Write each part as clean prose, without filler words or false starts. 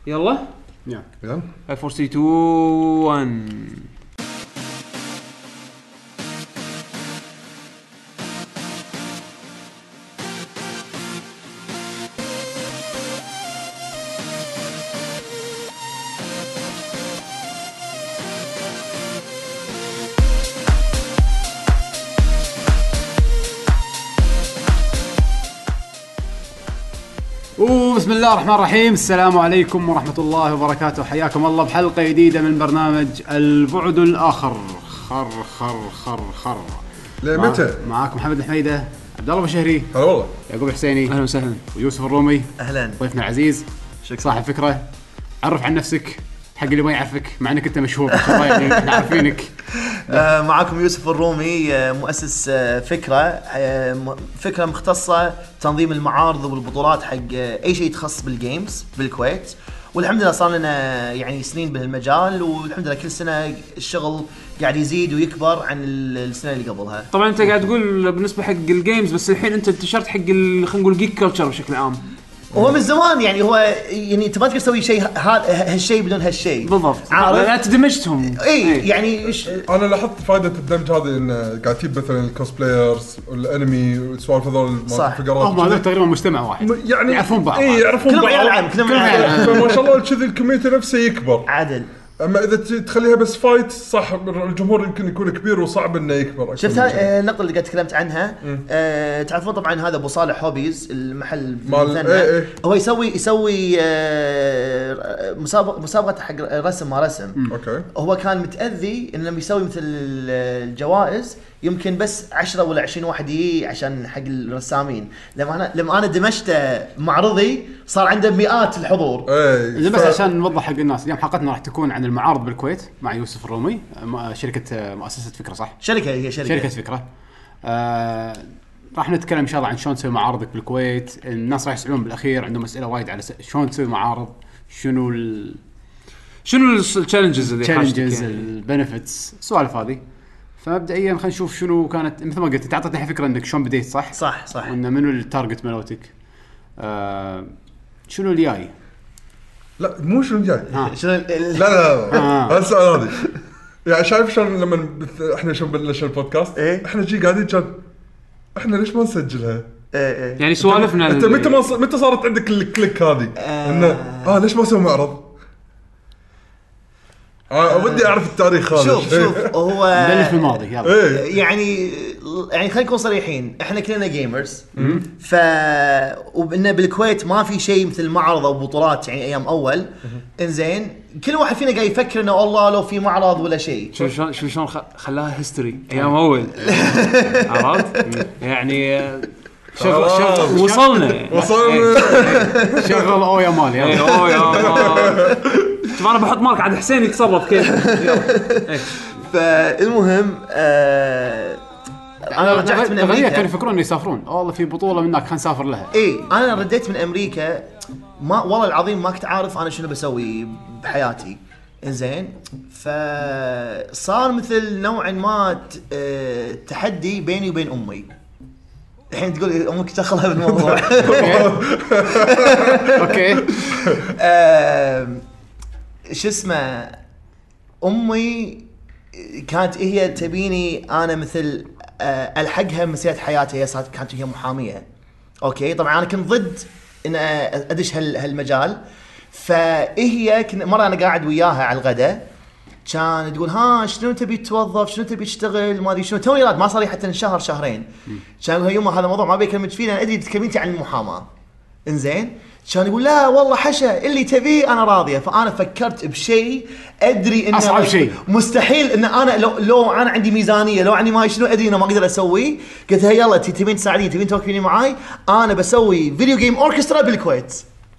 يلا يلا 4 3 2 1. بسم الله الرحمن الرحيم. السلام عليكم ورحمة الله وبركاته. حياكم الله بحلقة جديدة من برنامج البعد الآخر. خر متى معاكم محمد الحميدة، عبد الله بشهري، هلا والله، يعقوب حسيني، اهلا وسهلا، ويوسف الرومي. اهلا ضيفنا العزيز شكرا. صاحب فكرة. عرف عن نفسك حق اللي ما يعرفك، مع انك انت مشهور ان شاء الله يعني احنا عارفينك. معكم يوسف الرومي، مؤسس فكرة مختصة تنظيم المعارض والبطولات حق اي شيء يتخصص بالجيمز بالكويت، والحمد لله صار لنا يعني سنين بهالمجال، والحمد لله كل سنة الشغل قاعد يزيد ويكبر عن السنة اللي قبلها. طبعا انت قاعد تقول بالنسبه حق الجيمز، بس الحين انت انتشرت حق خلينا نقول جيك كلتشر بشكل عام. هو من زمان يعني هو يعني انت ما تقدر تسوي شيء هالشيء بدون هالشيء بالضبط، عارف؟ لا تدمجتهم. اي يعني انا لاحظت فائده الدمج هذه ان قاعد تجيب مثلا الكوسبلايرز والانمي والسوالف هذول صح. الفقرات هم هذول تقريبا مجتمع واحد، يعني يعرفون بعض. اي يعرفون كلهم بعض، عيال عم كلهم عيال عم فما شاء الله كذي الكوميونتي نفسه يكبر. عدل. اما اذا تخليها بس فايت صح الجمهور يمكن يكون كبير وصعب انه يكبر. شفت النقطة اللي قد تكلمت عنها؟ تعرفون طبعا هذا ابو صالح هوبيز المحل ايه. هو يسوي مسابقة حق رسم ما رسم. اوكي. هو كان متأذي انه يسوي مثل الجوائز يمكن بس 10 ولا 20 واحد يجي عشان حق الرسامين. لما انا دمجته معرضي صار عنده مئات الحضور. ايه بس عشان نوضح حق الناس، اليوم حلقتنا راح تكون عن المعارض بالكويت مع يوسف الرومي، شركة مؤسسة فكرة، صح؟ شركة فكرة. راح نتكلم ان شاء الله عن شلون تسوي معارضك بالكويت. الناس راح يسألون بالاخير، عندهم اسئله وايد على شلون تسوي معارض، شنو التشالنجز اللي التشالنجز، البنفيتس، السوالف هذه. فمبدئيا خلينا نشوف شنو كانت، مثل ما قلت انت اعطيتني فكره انك شلون بديت، صح وان منو التارجت مالوتك. شنو اللي جاي؟ لا مو شنو جاي. لا السؤال هذا يعني شايف شلون لما احنا شلون بلشنا البودكاست؟ إيه؟ احنا جي قاعدين كان احنا ليش ما نسجلها؟ يعني سوالفنا انت متى صارت عندك الكليك هذه انه ليش ما اسوي معرض؟ ودي اعرف التاريخ هذا. شوف هو بلش بالماضي يلا. يعني خلينا نكون صريحين، احنا كلنا جيمرز. وإنه بالكويت ما في شيء مثل معرض او بطولات يعني ايام اول. انزين كل واحد فينا قاعد يفكر انه الله لو في معرض ولا شيء. شلون خلاها هيستوري ايام اول. عرفت يعني شغل وصلنا شغل او يا مال يلا. او يا شوف انا بحط مارك عند حسين يتصرف كيف. فالمهم انا رجعت من امريكا. كانوا يفكرون انه يسافرون، والله في بطوله منك خلينا نسافر لها. انا رديت من امريكا، ما والله العظيم ما كنت عارف انا شنو بسوي بحياتي. انزين فصار مثل نوعا ما تحدي بيني وبين امي. الحين تقول امك تدخلها بالموضوع. اوكي. شو اسمه، امي كانت هي تبيني انا مثل الحقها مسيره حياتي. هي كانت هي محاميه. اوكي طبعا انا كنت ضد ان ادش هالمجال. فهي مره انا قاعد وياها على الغداء، كان تقول شنو تبي تتوظف، شنو تبي تشتغل، ما ادري شنو، توني ما صار لي حتى شهر شهرين. كان يقول يما هذا موضوع ما بيكلمك فيه، انا ادري تكلمتي عن المحاماه. انزين كان يقول لا والله حشا اللي تبيه انا راضيه. فانا فكرت بشيء ادري انه اصعب شيء مستحيل ان انا لو انا عندي ميزانيه، لو عندي ما شنو ادري انه ما اقدر اسويه. قلت لها يلا تبين تساعديني، تبين توقفيني معاي، انا بسوي فيديو جيم اوركسترا بالكويت.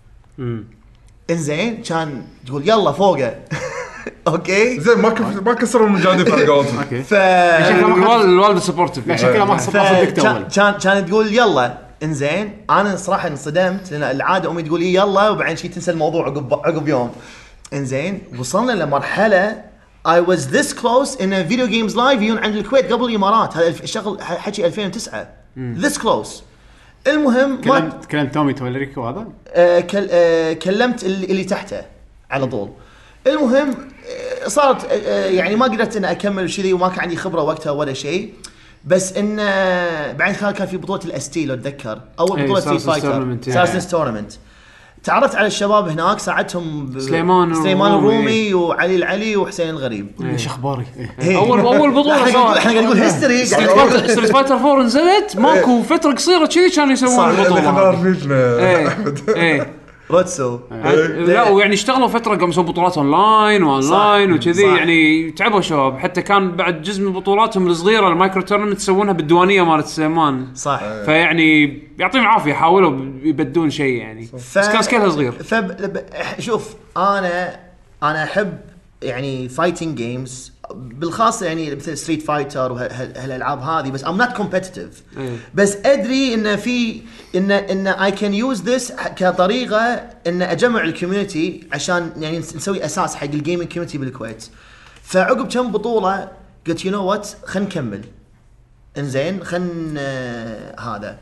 انزين كان تقول يلا فوقه. اوكي زين ما كسروا المجاديف على قولتهم. اوكي. الوالد سبورتيف لا شكلها ما صدقت اول. كان تقول يلا. انزين انا صراحه انصدمت، لان العاده امي تقول لي يلا وبعدين شي تنسى الموضوع عقب يوم. انزين وصلنا لمرحله I was this close ان فيديو جيمز لايف يجون عند الكويت قبل الامارات. هذا الشغل حكي 2009. this close. المهم كلمت تومي تولريكو هذا كلمت اللي تحته على طول. المهم صارت يعني ما قدرت ان اكمل شيء وما كان عندي خبره وقتها ولا شيء. بس ان بعد كان في بطوله الاستي لو اتذكر اول بطوله ستريت فايتر سارسنس تورنمنت. تعرفت على الشباب هناك ساعدتهم سليمان الرومي وعلي العلي وحسين الغريب. ايش اخباري اول بطوله احنا قاعد نقول هيستوري. ستريت فايتر 4 نزلت ماكو فتره قصيره كذي كانوا يسوون البطوله. روتسو لا ويعني اشتغلوا فتره قاموا يسوون بطولات اونلاين وكذي يعني تعبوا شباب. حتى كان بعد جزء من بطولاتهم الصغيره المايكرو تورنمنت يسوونها بالديوانيه مالت سليمان صح. فيعني يعطيهم العافيه حاولوا يبدون شيء يعني بس كان سكيلها صغير. شوف انا احب يعني فايتنج جيمز بالخاصه يعني مثل ستريت فايتر وهالالعاب هذه. بس I'm not competitive بس ادري ان في ان I can use this كطريقه ان اجمع الكوميونتي عشان يعني نسوي اساس حق الجيمنج كوميونتي بالكويت. فعقب كم بطوله قلت يو نو وات خلينا نكمل انزين هذا.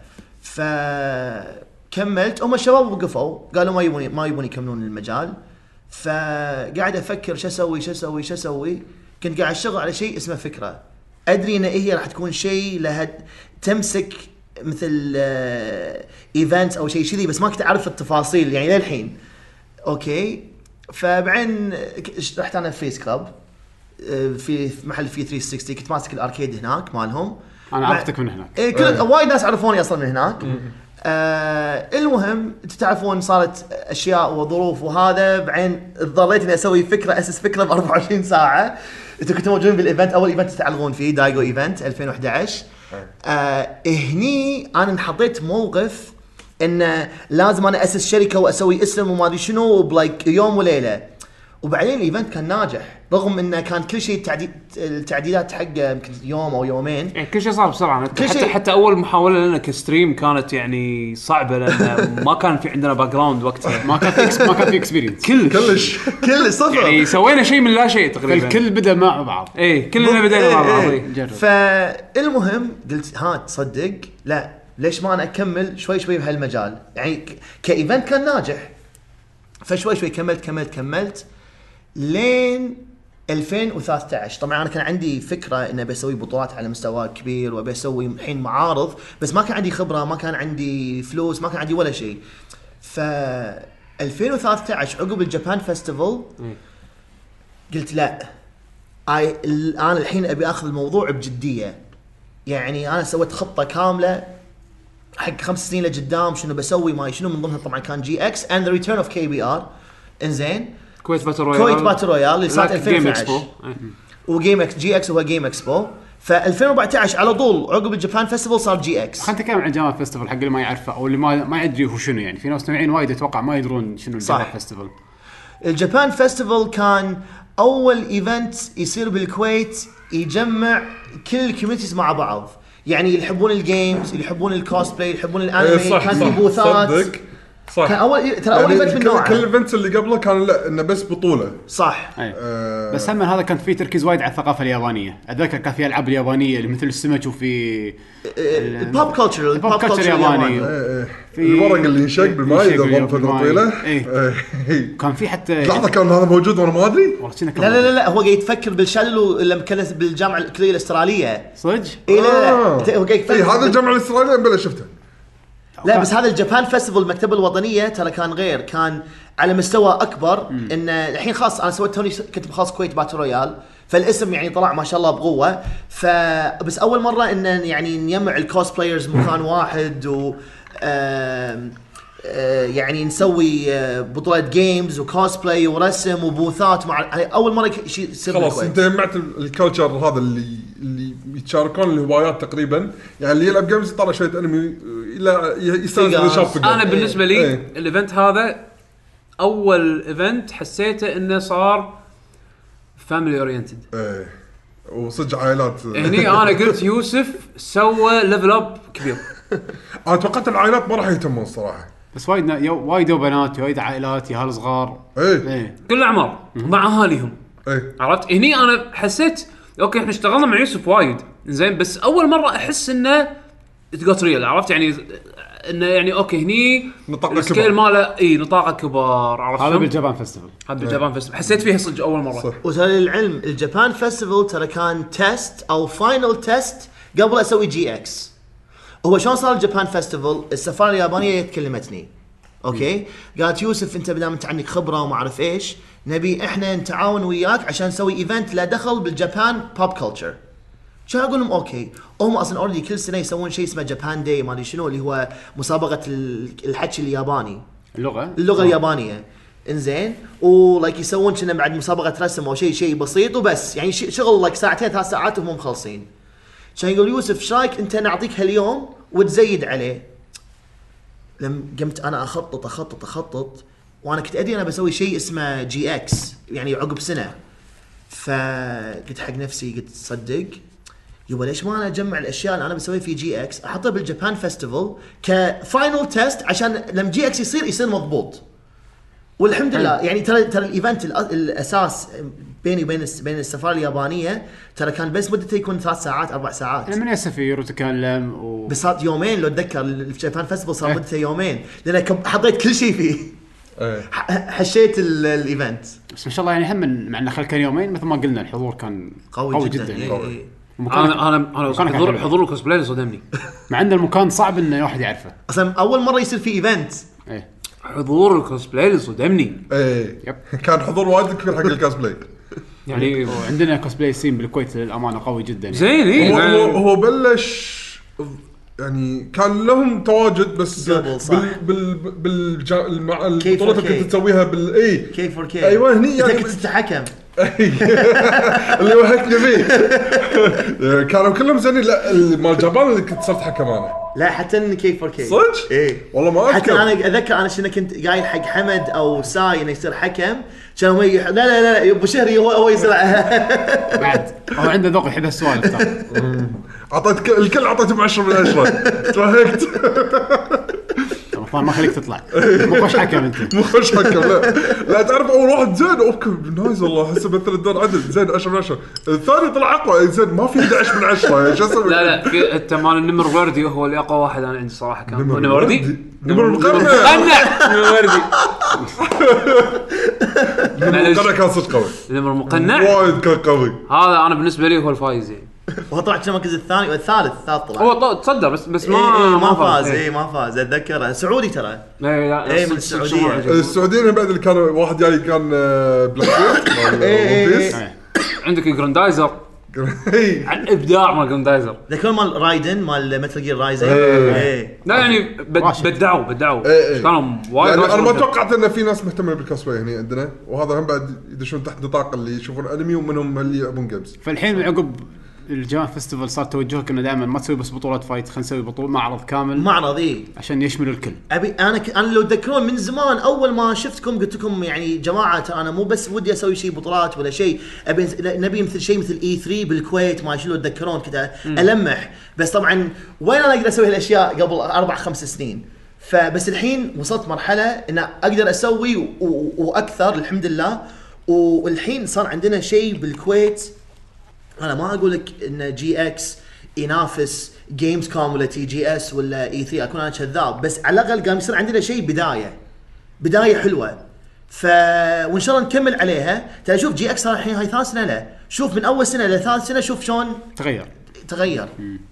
فكملت هم الشباب وقفوا قالوا ما يبون يكملون المجال. فقاعد افكر شو اسوي. كنت قاعد اشتغل على شيء اسمه فكره ادري ان هي راح تكون شيء لها تمسك مثل ايفنت او شيء كذي بس ما كنت اعرف التفاصيل يعني للحين. اوكي فبعدين رحت انا فيس كلاب في محل في 360 كنت ماسك الاركيد هناك مالهم. انا عرفتك من هناك. كل وايد ناس عرفوني اصلا من هناك. المهم تعرفون صارت اشياء وظروف وهذا بعدين اضطريت اني اسوي فكره اسس فكره ب 24 ساعه. انتوا كنتوا موجودين بالايفنت اول ايفنت تتعلقون فيه دايجو ايفنت 2011. هني انا انحطيت موقف ان لازم انا اسس شركه واسوي اسم وما ادري شنو بلايك يوم وليله. وبعدين الايفنت كان ناجح رغم انه كان كل شيء التعديلات حقه يمكن يوم او يومين. يعني كل شيء صار بسرعه. حتى اول محاوله لنا كستريم كانت يعني صعبه لان ما كان في عندنا باك جراوند وقتها. ما كان في اكسبيرينس كلش صفر. يعني سوينا شيء من لا شيء تقريبا. الكل بدا مع بعض. كلنا بدينا مع بعض. فالمهم قلت تصدق لا ليش ما انا اكمل شوي بهالمجال يعني كايفنت كان ناجح. فشوي كملت لين 2013. طبعا انا كان عندي فكره ان بسوي بطولات على مستوى كبير وابي اسوي الحين معارض بس ما كان عندي خبره ما كان عندي فلوس ما كان عندي ولا شيء. ف 2013 عقب الجابان فيستيفال قلت لا انا الحين ابي اخذ الموضوع بجديه. يعني انا سويت خطه كامله حق 5 سنين لقدام شنو بسوي شنو من ضمنها طبعا كان جي اكس and the return of KBR انزين كويت باتل رويال اللي صارت 2012 وجيم اكس جي اكس هو جيم اكسبو. ف 2014 على طول عقب الجابان فيستيفال صار جي اكس. خلينا نتكلم عن الجابان فيستيفال حق اللي ما يعرفه او اللي ما يدري هو شنو. يعني في ناس سامعين وايد اتوقع ما يدرون شنو الجابان فيستيفال. الجابان فيستيفال كان اول ايفنت يصير بالكويت يجمع كل الكوميونيتيز مع بعض. يعني اللي يحبون الجيمز اللي يحبون الكوسبلاي اللي يحبون الانمي كان في بوثات صح. كان ترى اول ايفنت من نوعه. كل الايفنتس اللي قبله كان لا انه بس بطوله صح. بس هم هذا كان في تركيز وايد على الثقافه اليابانيه. اتذكر كان في العاب اليابانيه اللي مثل السمك وفي البوب كلتشر الياباني في الورق اللي ينشق بالماء اذا فتره طويله. كان في حتى لحظه كان هذا موجود وانا ما ادري. لا هو قاعد يفكر بالشلل لما كان بالجامعه الكليه الاستراليه صدق. لا هو قاعد يفكر هذا الجامعه الاستراليه بلا شفته. لا بس هذا الجابان فيستيفال المكتبه الوطنيه ترى كان غير كان على مستوى اكبر. ان الحين خاص انا سويت توني كنت بخاص كويت باتل رويال فالاسم يعني طلع ما شاء الله بقوه. فبس اول مره ان يعني نجمع الكوست بلايرز مكان واحد و يعني نسوي بطولة جيمز وكوسبلاي ورسم وبوثات مع يعني اول مرة يصير خلاص انت جمعت الكالتشر هذا اللي يتشاركون الهوايات تقريبا. يعني اللي يلعب جيمز يطلع شوية انمي الى يستانس اذا شاف فيجر. انا بالنسبة لي الايفنت هذا اول ايفنت حسيته انه صار فاميلي اورينتد وصدق عائلات. هني انا قلت يوسف سوى ليفل اب كبير. انا توقعت العائلات ما راح يهتمون الصراحه بس وايد بنات وايد عائلات يهال صغار كل الاعمار مع اهاليهم. عرفت هني انا حسيت اوكي احنا اشتغلنا مع يوسف وايد زين بس اول مره احس انه تقط ريال. عرفت يعني انه يعني اوكي هني نطاقه السكيل كبار. ماله اي نطاقه كبار، عرفت هذا شلون؟ بالجابان فيستيفال. هذا بالجابان فيستيفال حسيت فيها صدق اول مره صح. وترى للعلم الجابان فيستيفال ترى كان تيست او فاينل تيست قبل اسوي جي اكس. هو شلون صار الجابان فيستيفال؟ السفاره اليابانيه كلمتني اوكي، قالت يوسف انت بدام انت عندك خبره وما اعرف ايش، نبي احنا نتعاون وياك عشان نسوي ايفنت له دخل بالجابان بوب كلتشر. شو اقول لهم اوكي، هم اصلا اوريدي كل سنه يسوون شيء اسمه جابان داي ما ادري شنو، اللي هو مسابقه الحكي الياباني، اللغه اليابانيه. انزين ولايك يسوون كنا بعد مسابقه رسم او شيء بسيط وبس، يعني شغل لايك ساعتين 3 ساعات وهم مخلصين. كان يقول يوسف ايش رايك انت نعطيك هاليوم وتزيد عليه. لما قمت انا اخطط وانا كنت ادري انا بسوي شيء اسمه جي اكس يعني عقب سنه، فقلت حق نفسي قلت تصدق يبا ليش ما انا اجمع الاشياء اللي انا بسويها في جي اكس احطها بالجابان فيستيفال كفاينل تيست عشان لما جي اكس يصير مضبوط. والحمد لله يعني ترى الايفنت الاساس بيني وبين السفاره اليابانيه ترى كان بس مدته يكون 3 ساعات 4 ساعات من يسفير وتكلم بس صارت يومين. لو اتذكر الجابان فيستيفال صار مدته يومين لان حطيت كل شيء فيه. حشيت الايفنت بس ما شاء الله يعني هم مع انه كان يومين مثل ما قلنا الحضور كان قوي جدا يعني. انا حضور الكوسبلاي صدمني مع ان المكان صعب انه واحد يعرفه اصلا اول مره يصير في ايفنت. حضور الكوسبلاي صدمني. يب كان حضور وايد كبير حق الكوسبلاي يعني عندنا كوسبلاي سين بالكويت للامانه قوي جدا يعني. زين ايه هو بلش يعني كان لهم تواجد بس البطولات اللي كنت تسويها بالاي كي 4 كي. ايوه هني يعني كنت تتحكم اللي وهكني فيه كانوا كلهم زين. لا مال جابان اللي كنت صرت حكم انا. لا حتى ان كي 4 كي صدق ايه والله ما حتى اذكر. انا اذكر انا شنو كنت قايل حق حمد او ساي انه يصير حكم كان هو لا ابو شهري هو يصير بعد هو عنده ذوق يحب السوالف ترى. اعطيت الكل اعطيتهم 10 من 10 ترهقت. طبعا ما خليك تطلع مو خوش حكم انت مو خوش حكم لا تعرف اول واحد زين اوكي نايز والله هسه مثل الدور عدل زين 10 من 10. الثاني طلع اقوى زين ما في 11 من 10 شو اسوي. لا في انت مال النمر وردي هو اللي اقوى واحد انا عندي صراحه كان نمر وردي نمر المقنع نمر وردي المقنع كان صدق قوي. نمر مقنع وايد كان قوي. هذا انا بالنسبه لي هو الفايز يعني. هو طلع كم المركز الثاني والثالث طلع هو تصدر بس ما فاز. ما فاز اتذكر سعودي ترى اي من السعوديه. السعوديين بعد اللي كانوا واحد جاي كان بلاك عندك الجراندايزر عن ابداع مال جراندايزر ذكر مال رايدن مال متل جير رايزن. لا يعني بدعوا كانوا وايد. يعني انا ما توقعت ان في ناس مهتمه بالكوسبلاي هنا عندنا وهذا هم بعد يدشون تحت نطاق اللي يشوفون انمي ومنهم اللي يلعبون جيمز. فالحين عقب الجابان فيستيفال صار توجهك انه دائما ما تسوي بس بطولات فايت خلينا نسوي بطوله معرض كامل عشان يشمل الكل. ابي انا لو تذكرون من زمان اول ما شفتكم قلت لكم يعني جماعه انا مو بس ودي اسوي شيء بطولات ولا شيء ابي نبي مثل شيء مثل اي 3 بالكويت ما شلون تذكرون كذا المح. بس طبعا وين انا اقدر اسوي هالاشياء قبل 4-5 سنين. فبس الحين وصلت مرحله ان اقدر اسوي واكثر الحمد لله. والحين صار عندنا شيء بالكويت انا ما اقول لك ان جي اكس ينافس جيمز كوم ولا تي جي اس ولا اي 3 اكون انا كذاب بس على الاقل قام يصير عندنا شيء بدايه حلوه. وان شاء الله نكمل عليها. ترى شوف جي اكس الحين هاي 3 سنه له شوف من اول سنه لثالث سنه شوف شلون تغير.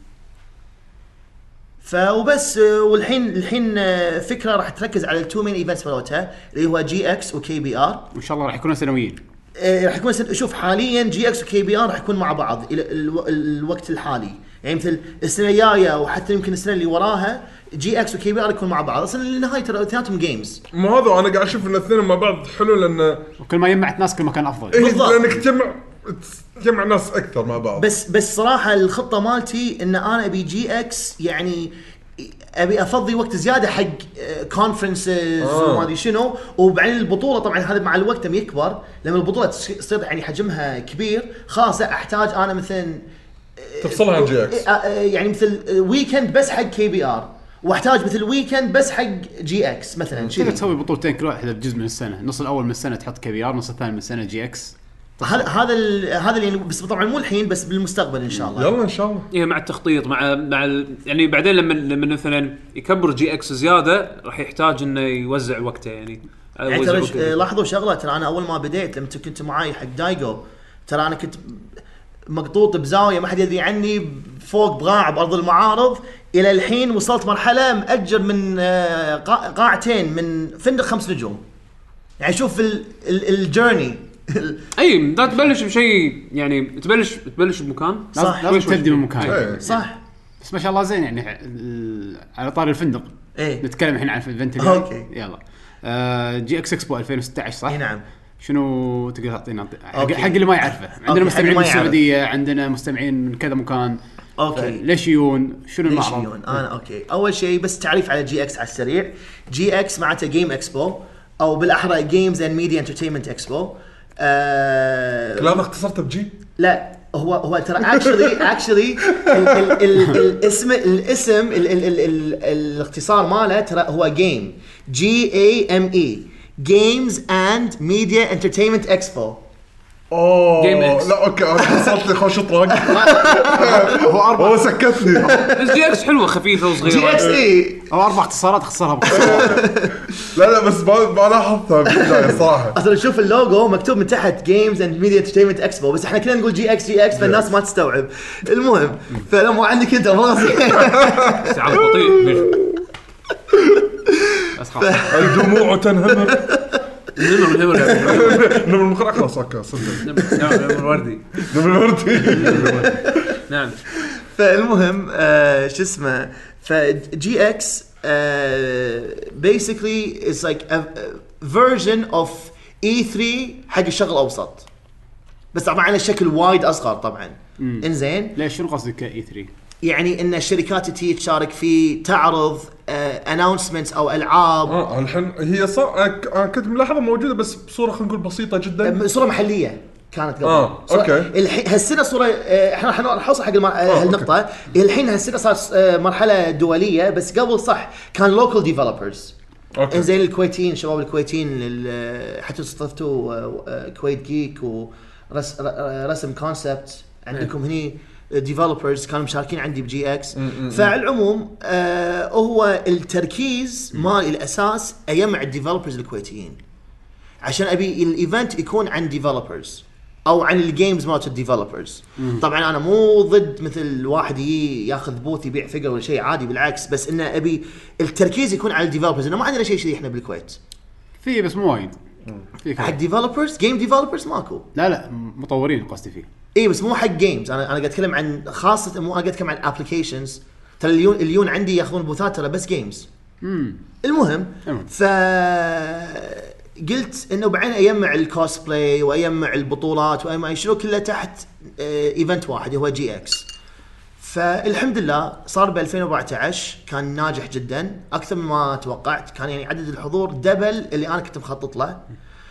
فوبس والحين فكره راح تركز على التو مين ايفنتس مالتها اللي هو جي اكس وكي بي ار وان شاء الله راح يكونوا سنويين. راح يكون شوف حاليا جي اكس وكي بي ار راح يكون مع بعض الى الوقت الحالي يعني مثل السنه الجايه وحتى يمكن السنه اللي وراها جي اكس وكي بي ار يكون مع بعض اصلا للنهايه ترى اثنيناتهم جيمز. مو هذا انا قاعد اشوف ان الاثنين مع بعض حلو لان وكل ما جمعت ناس كل ما كان افضل. لانك تجمع ناس اكثر مع بعض. بس صراحه الخطه مالتي ان انا ابي جي اكس يعني ابي افضي وقت زياده حق كونفرنسز وما ادري شنو. وبعدين البطوله طبعا هذا مع الوقت يكبر لما البطوله تصير يعني حجمها كبير خلاص احتاج انا مثلا تفصلها عن جي اكس يعني مثل ويكند بس حق كي بي ار واحتاج مثل ويكند بس حق جي اكس مثلا. تقدر تسوي بطولتين كل واحده بجزء من السنه. النص الاول من السنه تحط كي بي ار النص الثاني من السنه جي اكس هذا اللي بس طبعا مو الحين بس بالمستقبل ان شاء الله. يلا ان شاء الله. إيه مع التخطيط مع يعني بعدين لما مثلا يكبر جي اكس زياده راح يحتاج انه يوزع وقته يعني لاحظوا شغله، ترى انا اول ما بديت لما كنت معاي حق دايجو ترى انا كنت مقطوط بزاويه ما حد يدري عني فوق بقاع بارض المعارض، الى الحين وصلت مرحله مأجر من قاعتين من فندق 5 نجوم. يعني شوف الجيرني. اي دا تبلش بشيء يعني تبلش بمكان صح، لازم تبدي من مكان صح. بس ما شاء الله زين يعني على طار الفندق نتكلم الحين عن الايفنت اوكي يلا جي اكس اكسبو 2016 صح؟ نعم. شنو تقدر تعطينا حق اللي ما يعرفه؟ عندنا مستمعين من السعوديه، عندنا مستمعين من كذا مكان. اوكي ليش يجون؟ شنو المعرض؟ انا اوكي اول شيء بس تعريف على جي اكس على السريع. جي اكس معناته جيم اكسبو او بالاحرى جيمز اند ميديا انترتينمنت اكسبو. لا اختصرته بجي. لا هو ترى اكشلي الاسم الاختصار ماله ترى هو جيم GAME Games and Media Entertainment Expo. جيم اكس. لا اوكي انا وصلت لي خوش طراق. هو سكتني. بس جي اكس حلوه خفيفه وصغيره. جي اكس اي او 4 اختصارات اختصرها لا بس ما لاحظتها بالبدايه صراحه. اصلا شوف اللوجو مكتوب من تحت Games and Media Entertainment Expo بس احنا كلنا نقول جي اكس فالناس ما تستوعب. المهم فلما عندك انت براسي ساعه بطيء الدموع تنهمر. نمر المخرج خلاص اوكي صدق. نمر وردي. نعم. فالمهم شو اسمه فجي اكس basically is like a version of E3 حق الشرق الاوسط بس طبعا على شكل وايد اصغر طبعا. انزين ليش شنو قصدك اي 3؟ يعني ان الشركات تيجي تشارك فيه تعرض announcements او العاب. الحين هي صار كنت ملاحظه موجوده بس بصوره خلينا نقول بسيطه جدا، صوره محليه كانت قبل. اوكي. الحين هالسنه صوره احنا راح نوصل حق هالنقطه. الحين هالسنه صارت مرحله دوليه بس قبل صح كان لوكال ديفلوبرز. زين الكويتيين شباب الكويتيين حتى استضفتوا كويت جيك ورسم كونسبت عندكم هني ديفلوبرز كانوا مشاركين عندي بجي اكس. فالعموم هو التركيز مال الاساس اجمع الديفلوبرز الكويتيين عشان ابي الايفنت يكون عن ديفلوبرز او عن الجيمز مالت الديفلوبرز. طبعا انا مو ضد مثل واحد ياخذ بوث يبيع فيجر ولا شيء عادي بالعكس، بس انه ابي التركيز يكون على الديفلوبرز. انه ما عندنا شيء احنا بالكويت في بس مو وايد حق ديفلوبرز. جيم ديفلوبرز ماكو. لا مطورين قصدي فيه. اي بس مو حق جيمز. انا قاعد اتكلم عن خاصه مو قاعد اتكلم عن ابلكيشنز. ترى اليون عندي ياخذون بوثات ترى بس جيمز. المهم قلت انه بعدين اجمع الكوسبلاي واجمع البطولات واجمع شنو كله تحت ايفنت واحد هو جي اكس. فالحمد لله صار ب 2014 كان ناجح جدا اكثر مما توقعت. كان يعني عدد الحضور دبل اللي انا كنت مخطط له.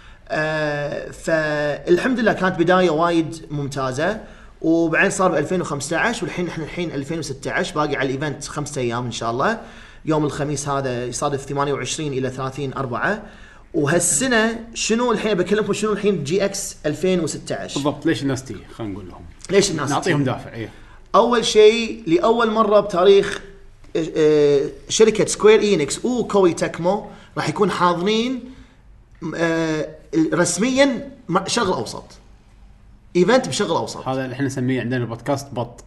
فالحمد لله كانت بدايه وايد ممتازه. وبعدين صار ب 2015 والحين احنا الحين 2016 باقي على الايفنت 5 ايام ان شاء الله. يوم الخميس هذا يصادف 28 الى 30/4. وهالسنه شنو الحين بكلمكم شنو الحين جي اكس 2016 بالضبط. ليش الناس تيجي؟ خلينا نقول لهم ليش الناس نعطيهم دافع. اول شيء لاول مره بتاريخ شركه سكوير إينكس وكوي تكمو راح يكون حاضرين رسميا شغل اوسط. ايفنت بشغل اوسط. هذا اللي احنا نسميه عندنا البودكاست بط.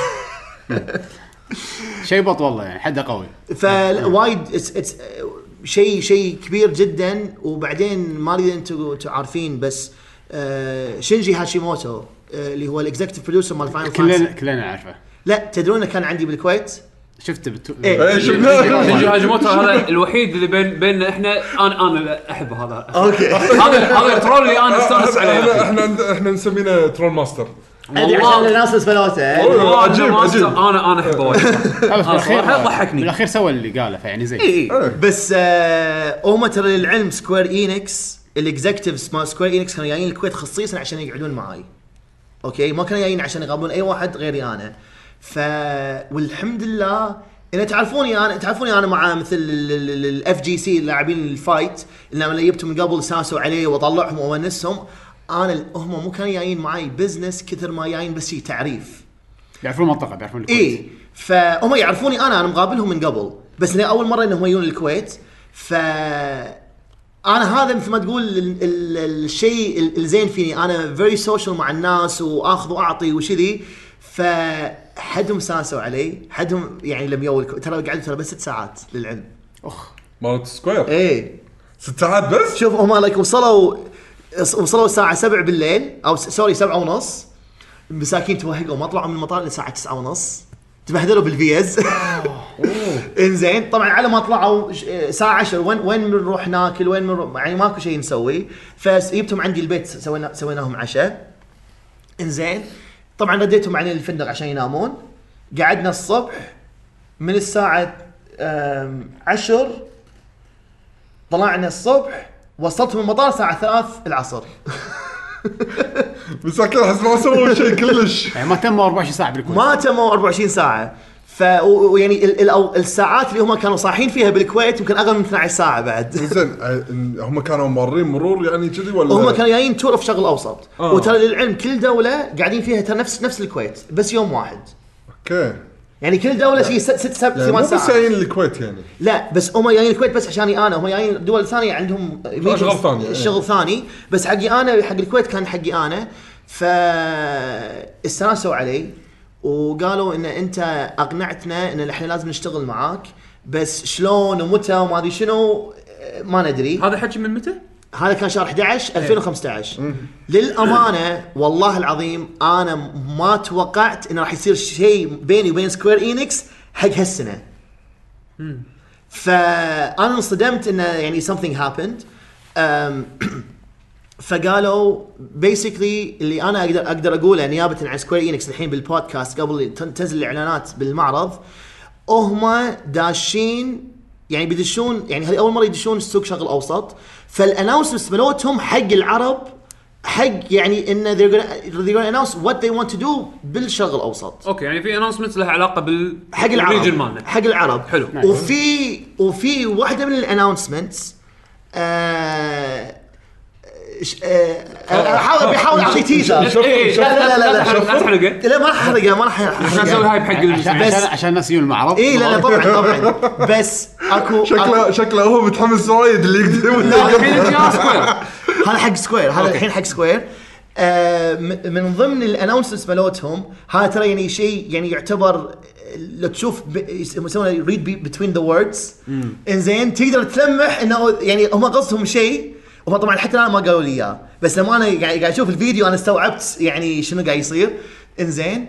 شيء بط والله يعني حده قوي. فوايد شيء كبير جدا. وبعدين ما ادري انتم عارفين بس شينجي هاشيموتو اللي هو الاكزيكتيف بروديوسر مال فاينل فانتسي كلنا عارفه. لا تدرون كان عندي بالكويت شفته شينجي هاشيموتو هذا الوحيد اللي بيننا احنا. انا احب هذا. اوكي هذا الترول اللي انا استانس عليه. احنا نسمينه ترول ماستر. والله الناس سبلوته عجيب. انا احبه وايد. بالأخير ضحكني بالاخير سوى اللي قاله فيعني زين. بس هم ترى للعلم سكوير إينكس الاكزيكتيفز مال سكوير إينكس كانوا جايين الكويت خصيصا عشان يقعدون معاي. اوكي ما كانوا جايين عشان يقابلون اي واحد غيري انا. والحمد لله ان تعرفوني انا مع مثل الاف جي سي اللاعبين الفايت اللي جبتهم من قبل ساسوا عليه واطلعهم واونسهم. انا هم مو كانوا جايين معي بزنس كثر ما جايين بس شيء تعريف. يعرفون المنطقه، بيعرفون الكويت. اي فهم يعرفوني انا مقابلهم من قبل، بس اول مره انهم يجون الكويت. ف انا هذا مثل ما تقول الشيء الزين فيني، انا فيري سوشيال مع الناس واخذ واعطي وشذي. فحدهم ساسوا علي، حدهم يعني لم يول ترى قعدت بس 6 ساعات للعلم. مالت سكوير ايه 6 ساعات بس. شوف هم لك وصلوا الساعه 7 بالليل او سوري 7:30. مساكين توهقوا ما طلعوا من المطار الا الساعه 9:30، تبهدلوا بالفيز. انزين طبعا على ما طلعوا الساعه 10 وين بنروح ناكل، وين يعني ماكو شيء نسوي. فجبتهم عندي البيت سويناهم عشاء. انزين طبعا رديتهم عن الفندق عشان ينامون. قعدنا الصبح من الساعه 10 طلعنا الصبح، وصلتهم المطار الساعه 3 العصر. مساكين احس ما سووا شيء كلش. يعني ما تموا 24 ساعه بالكويت. ما تموا 24 ساعه. يعني الساعات اللي هم كانوا صاحين فيها بالكويت يمكن اقل من 12 ساعه بعد. زين هم كانوا مارين مرور يعني كذي ولا هم كانوا جايين تور في شرق الاوسط. وترى للعلم كل دوله قاعدين فيها ترى نفس الكويت بس يوم واحد. اوكي يعني كل دوله شيء 6 7 يعني ساعات. مو بس جايين الكويت يعني. لا بس هم جايين الكويت بس عشاني انا، هم جايين دول ثانيه عندهم شغل ثاني. شغل ثاني بس حقي انا، حق الكويت كان حقي انا. فاستانسوا علي وقالوا ان انت اقنعتنا ان احنا لازم نشتغل معاك، بس شلون ومتى وما ادري شنو ما ندري. هذا حكي من متى؟ هذا كان شهر 11 2015. للامانه والله العظيم انا ما توقعت انه راح يصير شيء بيني وبين سكوير إينكس حق هالسنه. فانا انصدمت انه يعني something happened. فقالوا basically اللي انا اقدر اقوله نيابه عن سكوير إينكس الحين بالبودكاست قبل تنزل الاعلانات بالمعرض، هم داشين يعني بيدشون، يعني هذه اول مره يدشون السوق شرق الاوسط. فالاناونسمنتس ملوتهم حق العرب، حق يعني ان they're gonna announce what they want to do بالشرق الاوسط. اوكي يعني في اناونسمنتس لها علاقه حق العرب، حق العرب. حلو. وفي واحده من الاناونسمنتس بيحاول يعطي تيزر. لا ما راح احرقها نسوي هاي بحق عشان الناس يجون المعرض. اي لا طبعا بس اكو شكله هو متحمس وايد اللي يقدر. هذا حق سكوير، هذا الحين حق سكوير. من ضمن الاناونسمنتس مالتهم هذا ترى يعني شيء يعني يعتبر لو تشوف يسمونه read between the words. انزين تقدر تلمح انه يعني هم قصدهم شيء، وهم طبعا حتى انا ما قالوا لي اياه، بس لما انا قاعد اشوف الفيديو انا استوعبت يعني شنو قاعد يصير. انزين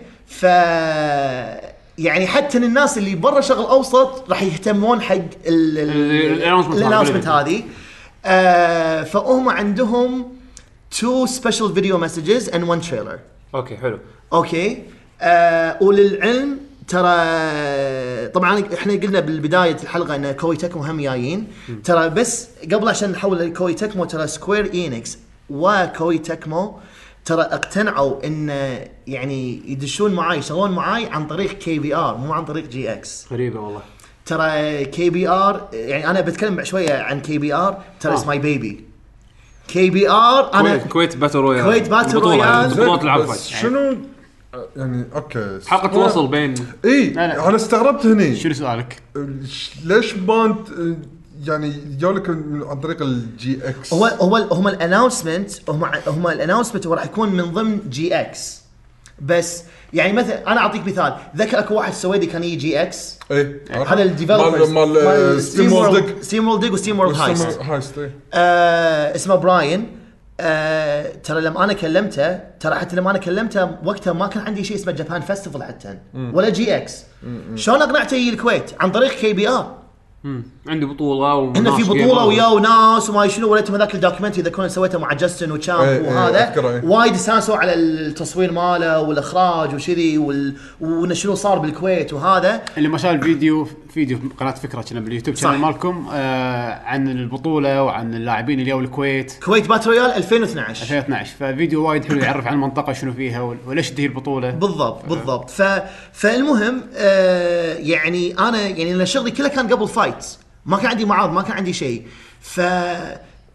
يعني حتى الناس اللي برا شرق الاوسط راح يهتمون حق الاناونسمنت هذه. فهم عندهم 2 special video messages and 1 trailer. اوكي حلو. اوكي وللعلم ترى طبعا احنا قلنا بالبدايه الحلقه ان كوي تكمو هم جايين. ترى بس قبل عشان نحول لكوي تكمو، ترى سكوير إينكس وكوي تكمو ترى اقتنعوا ان يعني يدشون معاي يشتغلون معاي عن طريق KBR مو عن طريق GX. غريبه والله. ترى KBR يعني انا بتكلم شويه عن KBR. ترى اسمه ماي بيبي KBR. انا كويت باتل رويال، كويت باتل رويال بطولات العاب شنو يعني. اوكي حلقه تواصل بين انا استغربت هني. شنو سؤالك؟ ليش ما يعني جاولك عن طريق الGX؟ هم الاناونسمنت هم الاناونسمنت راح يكون من ضمن GX. بس يعني مثلا انا اعطيك مثال، ذكر اكو واحد سويدي كان يجي GX. ايه هذا الديفلوبرز مال ستيم وورلد ديج وستيم وورلد هايست. اسمه براين. ترى لما انا كلمته، ترى حتى لما انا كلمته وقتها ما كان عندي شيء اسمه جابان فيستيفال حتى ولا GX. شلون اقنعته يجي الكويت؟ عن طريق KBR. عندي بطوله انه في بطوله وياه وناس وما شنو. وليتهم هذاك الدوكيومنتري اذا كنت سويته مع جاستن وتشامب وهذا وايد استانسوا على التصوير ماله والاخراج وشذي ونشروا صار بالكويت. وهذا اللي ما شاف الفيديو قناه فكره كنا باليوتيوب شانل مالكم عن البطوله وعن اللاعبين اللي جاوا الكويت. كويت باتل رويال 2012 ففيديو وايد حلو يعرف عن المنطقه شنو فيها وليش تهي البطوله بالضبط. فالمهم يعني انا يعني شغلي كله كان قبل فايت، ما كان عندي معارض ما كان عندي شيء. ف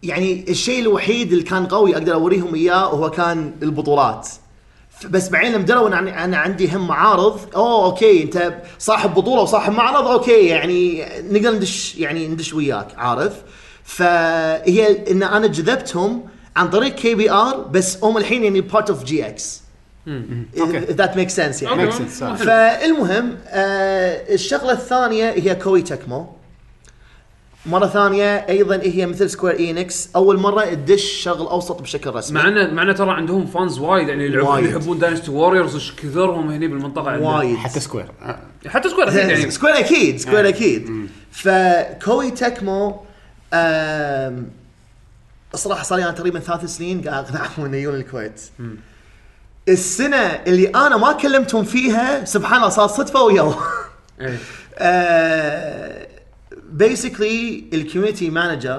يعني الشيء الوحيد اللي كان قوي اقدر اوريهم اياه هو كان البطولات. بس بعدين لما دروا ان انا عندي هم معارض، اوكي انت صاحب بطوله وصاحب معرض، اوكي يعني نقدر ندش وياك، عارف. فهي ان انا جذبتهم عن طريق KBR، بس هم الحين يعني part of GX. if that makes sense يعني. فالمهم الشغله الثانيه هي كوي تكمو. مرة ثانية أيضاً هي مثل سكوير إينكس، أول مرة تدش شغل أوسط بشكل رسمي. معنا ترى عندهم فانز وايد يعني اللي يحبون داينستي ووريرز وش كثرهم هنا بالمنطقة وايد. حتى سكوير أكيد يعني. سكوير أكيد. فكوي تكمو الصراحة صار لي أنا تقريباً 3 سنين قاعد أقنعهم إنه يجون الكويت. السنة اللي أنا ما كلمتهم فيها سبحان الله صار صدفة وياه. basically الكوميونتي مانجر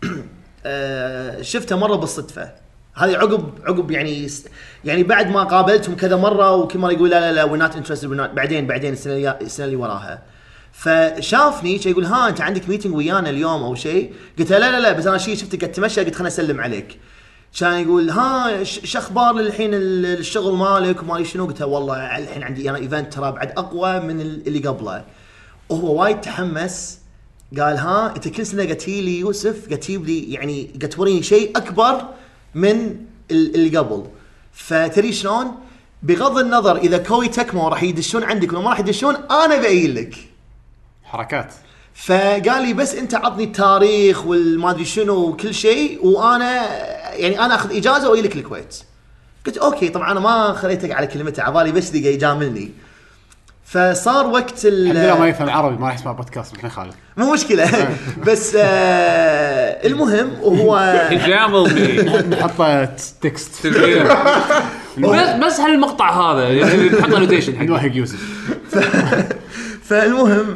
شفته مره بالصدفه. هذه عقب يعني بعد ما قابلتهم كذا مره وكل مره يقول لا we're not interested بعدين السنه اللي وراها. فشافني شيء يقول ها انت عندك ميتنج ويانا اليوم او شيء؟ قلت له لا بس انا شفتك قاعد تتمشى، قلت خلنا اسلم عليك. كان يقول ها شخبار الحين الشغل مالك وما شنو؟ قلت له والله الحين عندي انا ايفنت ترى بعد اقوى من اللي قبله. وهو وايد تحمس، قال ها انت كل سنه قتي لي يوسف قتيب لي يعني قتوريني شيء اكبر من اللي قبل. فتري شلون بغض النظر اذا كوي تكمو راح يدشون عندك ولا ما راح يدشون انا بقيل لك حركات. فقال لي بس انت عطني التاريخ والما ادري شنو وكل شيء وانا يعني انا اخذ اجازه واجي لك الكويت. قلت اوكي. طبعا انا ما خليتك على كلمته، عبالي بس دقيقه يجاملني. فصار وقت الحمد لله ما يفهم عربي ما راح يسمع بودكاست احنا خالد مو مشكله. بس المهم وهو نحط تكست بس هالمقطع هذا يعني نحط نوتيشن حق نوهق يوسف. فالمهم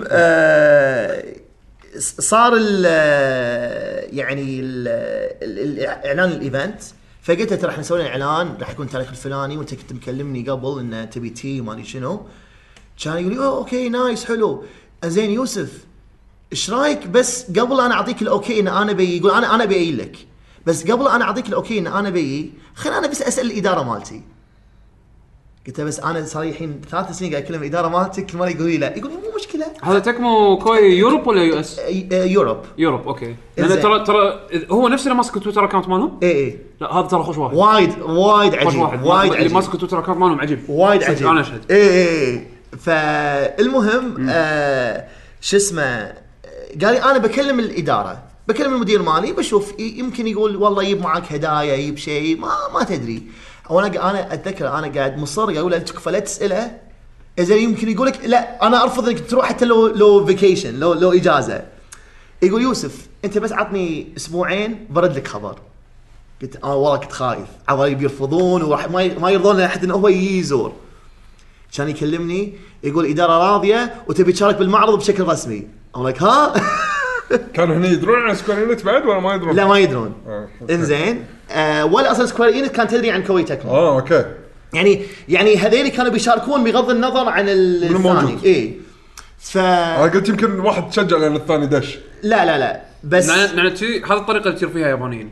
صار يعني الاعلان الايفنت. فقلت له راح نسوي اعلان راح يكون التاريخ الفلاني وانت كنت مكلمني قبل ان تبي تي ما ادري شنو. كان يقول لي اوكي نايس حلو زين يوسف ايش رايك بس قبل انا اعطيك الاوكي ان انا بي يقول انا بيجي لك بس قبل انا اعطيك الاوكي ان انا بي خليني انا بس اسال الاداره مالتي. قلت بس انا صار الحين 3 سنين قاعد اكلم الاداره مالتك كل مره يقول لي لا. يقول لي مو مشكله. هذا تكمو كوي يوروب ولا يو اس؟ يوروب اوكي. لان ترى هو نفس اللي ماسك تويتر اكونت مالهم. اي لا هذا ترى خوش واحد وايد عجيب وايد اللي ماسك تويتر اكونت مالهم عجيب وايد عجيب. انا اشهد. اي فالمهم شو اسمه قال لي انا بكلم الاداره بكلم المدير مالي بشوف يمكن يقول والله يجيب معك هدايا يجيب شيء ما تدري. وانا اتذكر انا قاعد مصر اقول له تكفى لا تساله اذا يمكن يقول لك لا انا ارفض انك تروح حتى لو فيكيشن لو اجازه. يقول يوسف انت بس عطني اسبوعين برد لك خبر. قلت والله كنت خايف عوالي بيرفضون وراح ما يرضون لحد انه هو يزور. كان يكلمني يقول الاداره راضيه وتبي تشارك بالمعرض بشكل رسمي. اقول لك ها كانوا هني يدرون عن سكوير إينكس بعد ولا ما يدرون؟ لا ما يدرون. انزين ولا اصلا سكوير إينكس كان تدري عن كوي تكمو. اوكي. يعني هذول كانوا بيشاركون بغض النظر عن الثاني. اي انا قلت يمكن واحد تشجع لان الثاني دش. لا بس هذه الطريقه اللي تصير فيها يابانيين.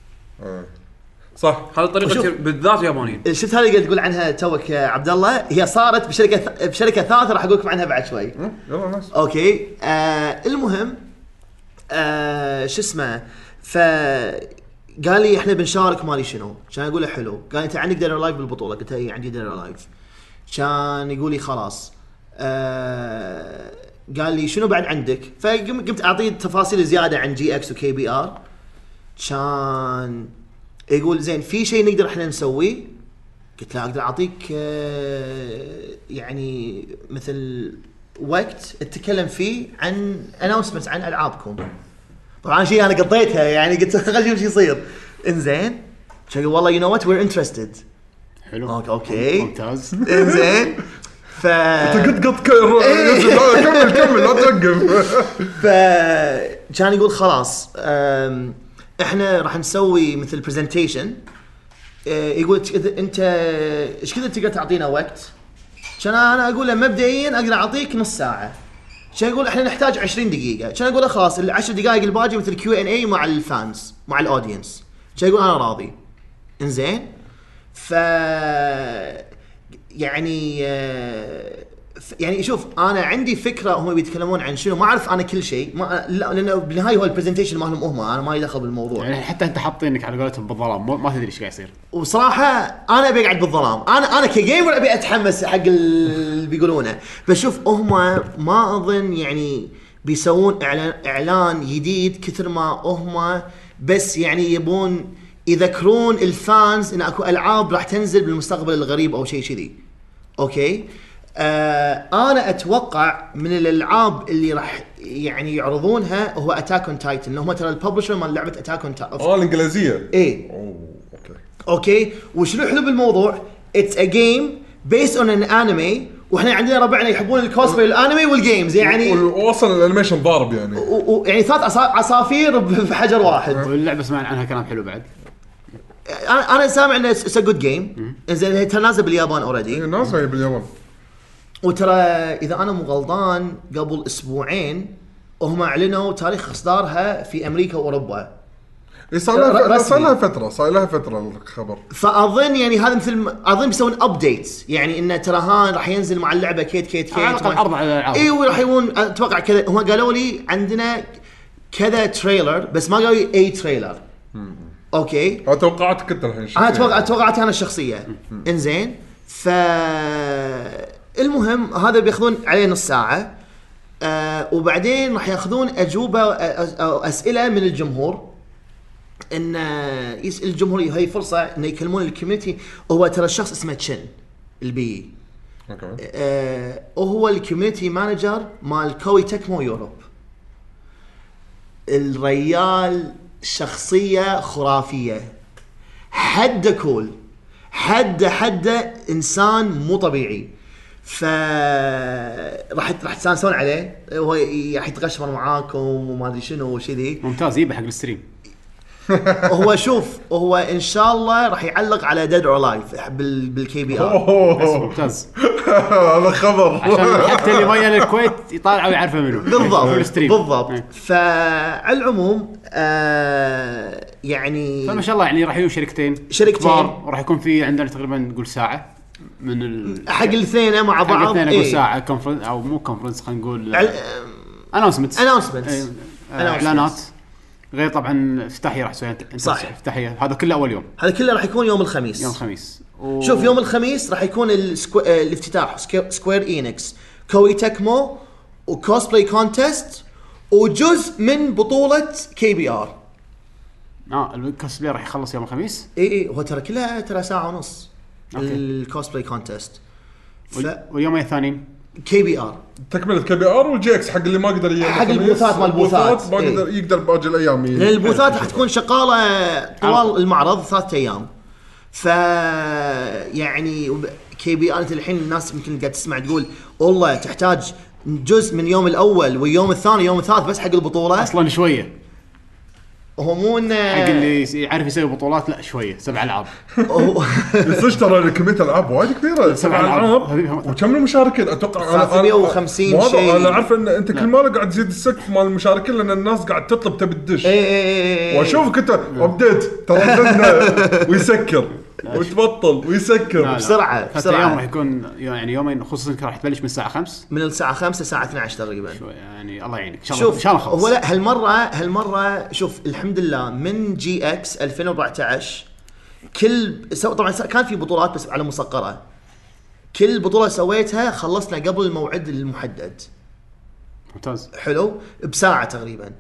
صح هذه الطريقه تصير بالذات يابانيين. شفت هذه اللي تقول عنها توك عبد الله هي صارت بشركه ثالثه راح اقول لكم عنها بعد شوي. يلا ناس اوكي. المهم شو اسمه قال لي احنا بنشارك مالي شنو. كان اقول له حلو. قال انت عندك دينر لايف بالبطوله؟ قلت له عندي دينر لايف. كان يقول لي خلاص. قال لي شنو بعد عندك؟ فقمت اعطيه تفاصيل زياده عن جي اكس وكي بي ار. كان يقول زين في شيء نقدر احنا نسويه؟ قلت له اقدر اعطيك يعني مثل وقت اتكلم فيه عن اناونسمنتس عن العابكم. طبعا شيء انا قضيتها يعني قلت خلينا نشوف شو يصير. انزين شو قال والله يو نو وات وير انترستد. حلو اوكي ممتاز. انزين انت قط كمل لا توقف. فكان يقول خلاص احنا راح نسوي مثل برزنتيشن. يقول انت ايش كذا تقدر تعطينا وقت؟ كان انا اقول له مبدئيا اقدر اعطيك نص ساعه كان يقول احنا نحتاج 20 دقيقه، كان اقول له خلاص ال10 دقائق الباقي مثل Q&A مع الفانز مع الاودينس، كان يقول انا راضي. انزين يعني يعني شوف انا عندي فكره هم بيتكلمون عن شنو، ما اعرف انا كل شيء لا، لانه بالنهايه هو البرزنتيشن مالهم هم، انا ما لي دخل بالموضوع يعني حتى انت حاطينك على قولتهم بالظلام، ما تدري ايش قاعد يصير. وصراحه انا ابي اقعد بالظلام، انا كجيمر ابي اتحمس حق اللي بيقولونه. بس شوف هم ما اظن يعني بيسوون اعلان جديد كثر ما هم بس يعني يبون يذكرون الفانز ان اكو العاب راح تنزل بالمستقبل القريب او شيء كذي. اوكي انا اتوقع من الالعاب اللي راح يعني يعرضونها هو اتاك اون تايتن، اللي هم ترى الببلشر مال لعبه اتاك اون تايتن الانجليزيه. ايه اوكي وشنو حلو بالموضوع؟ اتس ا جيم بيس اون ان انمي، واحنا عندنا ربعنا يحبون الكوسبلاي الانمي والجيمز يعني، وصل الانيميشن ضارب يعني يعني 3 عصافير بحجر واحد. واللعبه سمعنا عنها كلام حلو بعد. انا سامع انه اتس ا جود جيم. زين هي نازله باليابان اوريدي، نازله باليابان، وترى اذا انا مو غلطان قبل اسبوعين هم اعلنوا تاريخ اصدارها في امريكا واوروبا. صار لها فتره الخبر. فاظن يعني هذا مثل اظن بيسوون ابديتس، يعني انه ترى ها راح ينزل مع اللعبه كيت على الاقل عرض على الالعاب. ايوه راح يكون اتوقع كذا. هم قالوا لي عندنا كذا تريلر بس ما قالوا لي اي تريلر. اوكي توقعاتك انت الحين؟ انا توقعت انا الشخصيه. انزين المهم هذا بياخذون عليه نص ساعه، وبعدين راح ياخذون اجوبه أو اسئله من الجمهور، ان يسال الجمهور، هي فرصه ان يكلمون الكوميونتي. هو ترى الشخص اسمه تشن البي، وهو الكوميونتي مانجر مال كوي تكمو يوروب. الريال شخصيه خرافيه، حد كول، حد انسان مو طبيعي. راح تستانسون عليه، هو راح يتغشمر معاكم وما ادري شنو وشي ذي. ممتاز يبه حق الستريم. هو شوف هو ان شاء الله راح يعلق على ديد اور لايف بالكي بي ار. ممتاز. هذا خبر عشان حتى اللي ويا الكويت يطالعوا ويعرفوا منه بالضبط. فعلى العموم يعني فما شاء الله يعني راح يكونوا شركتين وراح يكون في عندنا تقريبا نقول ساعه من حق الاثنين مع بعض. الاثنين نقول ساعه كونفرنس او مو كونفرنس، خلينا نقول اناونسمنت اعلانات، غير طبعا افتتاحيه راح تسوي صح. افتتاحيه هذا كله اول يوم، هذا كله راح يكون يوم الخميس. شوف يوم الخميس راح يكون الافتتاح سكوير إينكس كوي تكمو وكوسبلاي كونتست وجزء من بطوله كي بي ار. الكوسبلاي راح يخلص يوم الخميس. اي هو ترى كلها ترى ساعه ونص الكوسبلاي كونتست. واليومين الثانيين كي بي ار تكمله كي بي ار والجي اكس حق اللي ما قدر يجي حق البوثات مال البوثات ما قدر يقدر باجي الايام. البوثات راح تكون شغاله طوال المعرض 3 ايام. ف يعني كي بي ار الحين الناس يمكن قاعد تسمع تقول والله تحتاج جزء من يوم الاول واليوم الثاني يوم الثالث بس حق البطوله. اصلا شويه هو مو انه حق اللي يعرف يسوي بطولات، لا شويه 7 ألعاب. ترى كميه العاب وايد كثيره، 7 ألعاب وكم المشاركين؟ اتوقع 350 شيء. انا عارف ان انت كل مره قاعد تزيد السقف مال المشاركين لان الناس قاعد تطلب تبي تدش. واشوفك انت ابديت ترى ويسكر وتبطل ويسكر بسرعه. اليوم راح يكون يعني يومين، خصوصا راح تبلش من الساعه 5 من الساعه 5 الساعه 12 تقريبا. يعني الله يعينك ان شاء الله. ان شاء الله خلص. هو لا هالمره شوف الحمد لله من جي اكس 2014 طبعا كان في بطولات بس على مسقره، كل بطوله سويتها خلصنا قبل الموعد المحدد. ممتاز حلو بساعه تقريبا.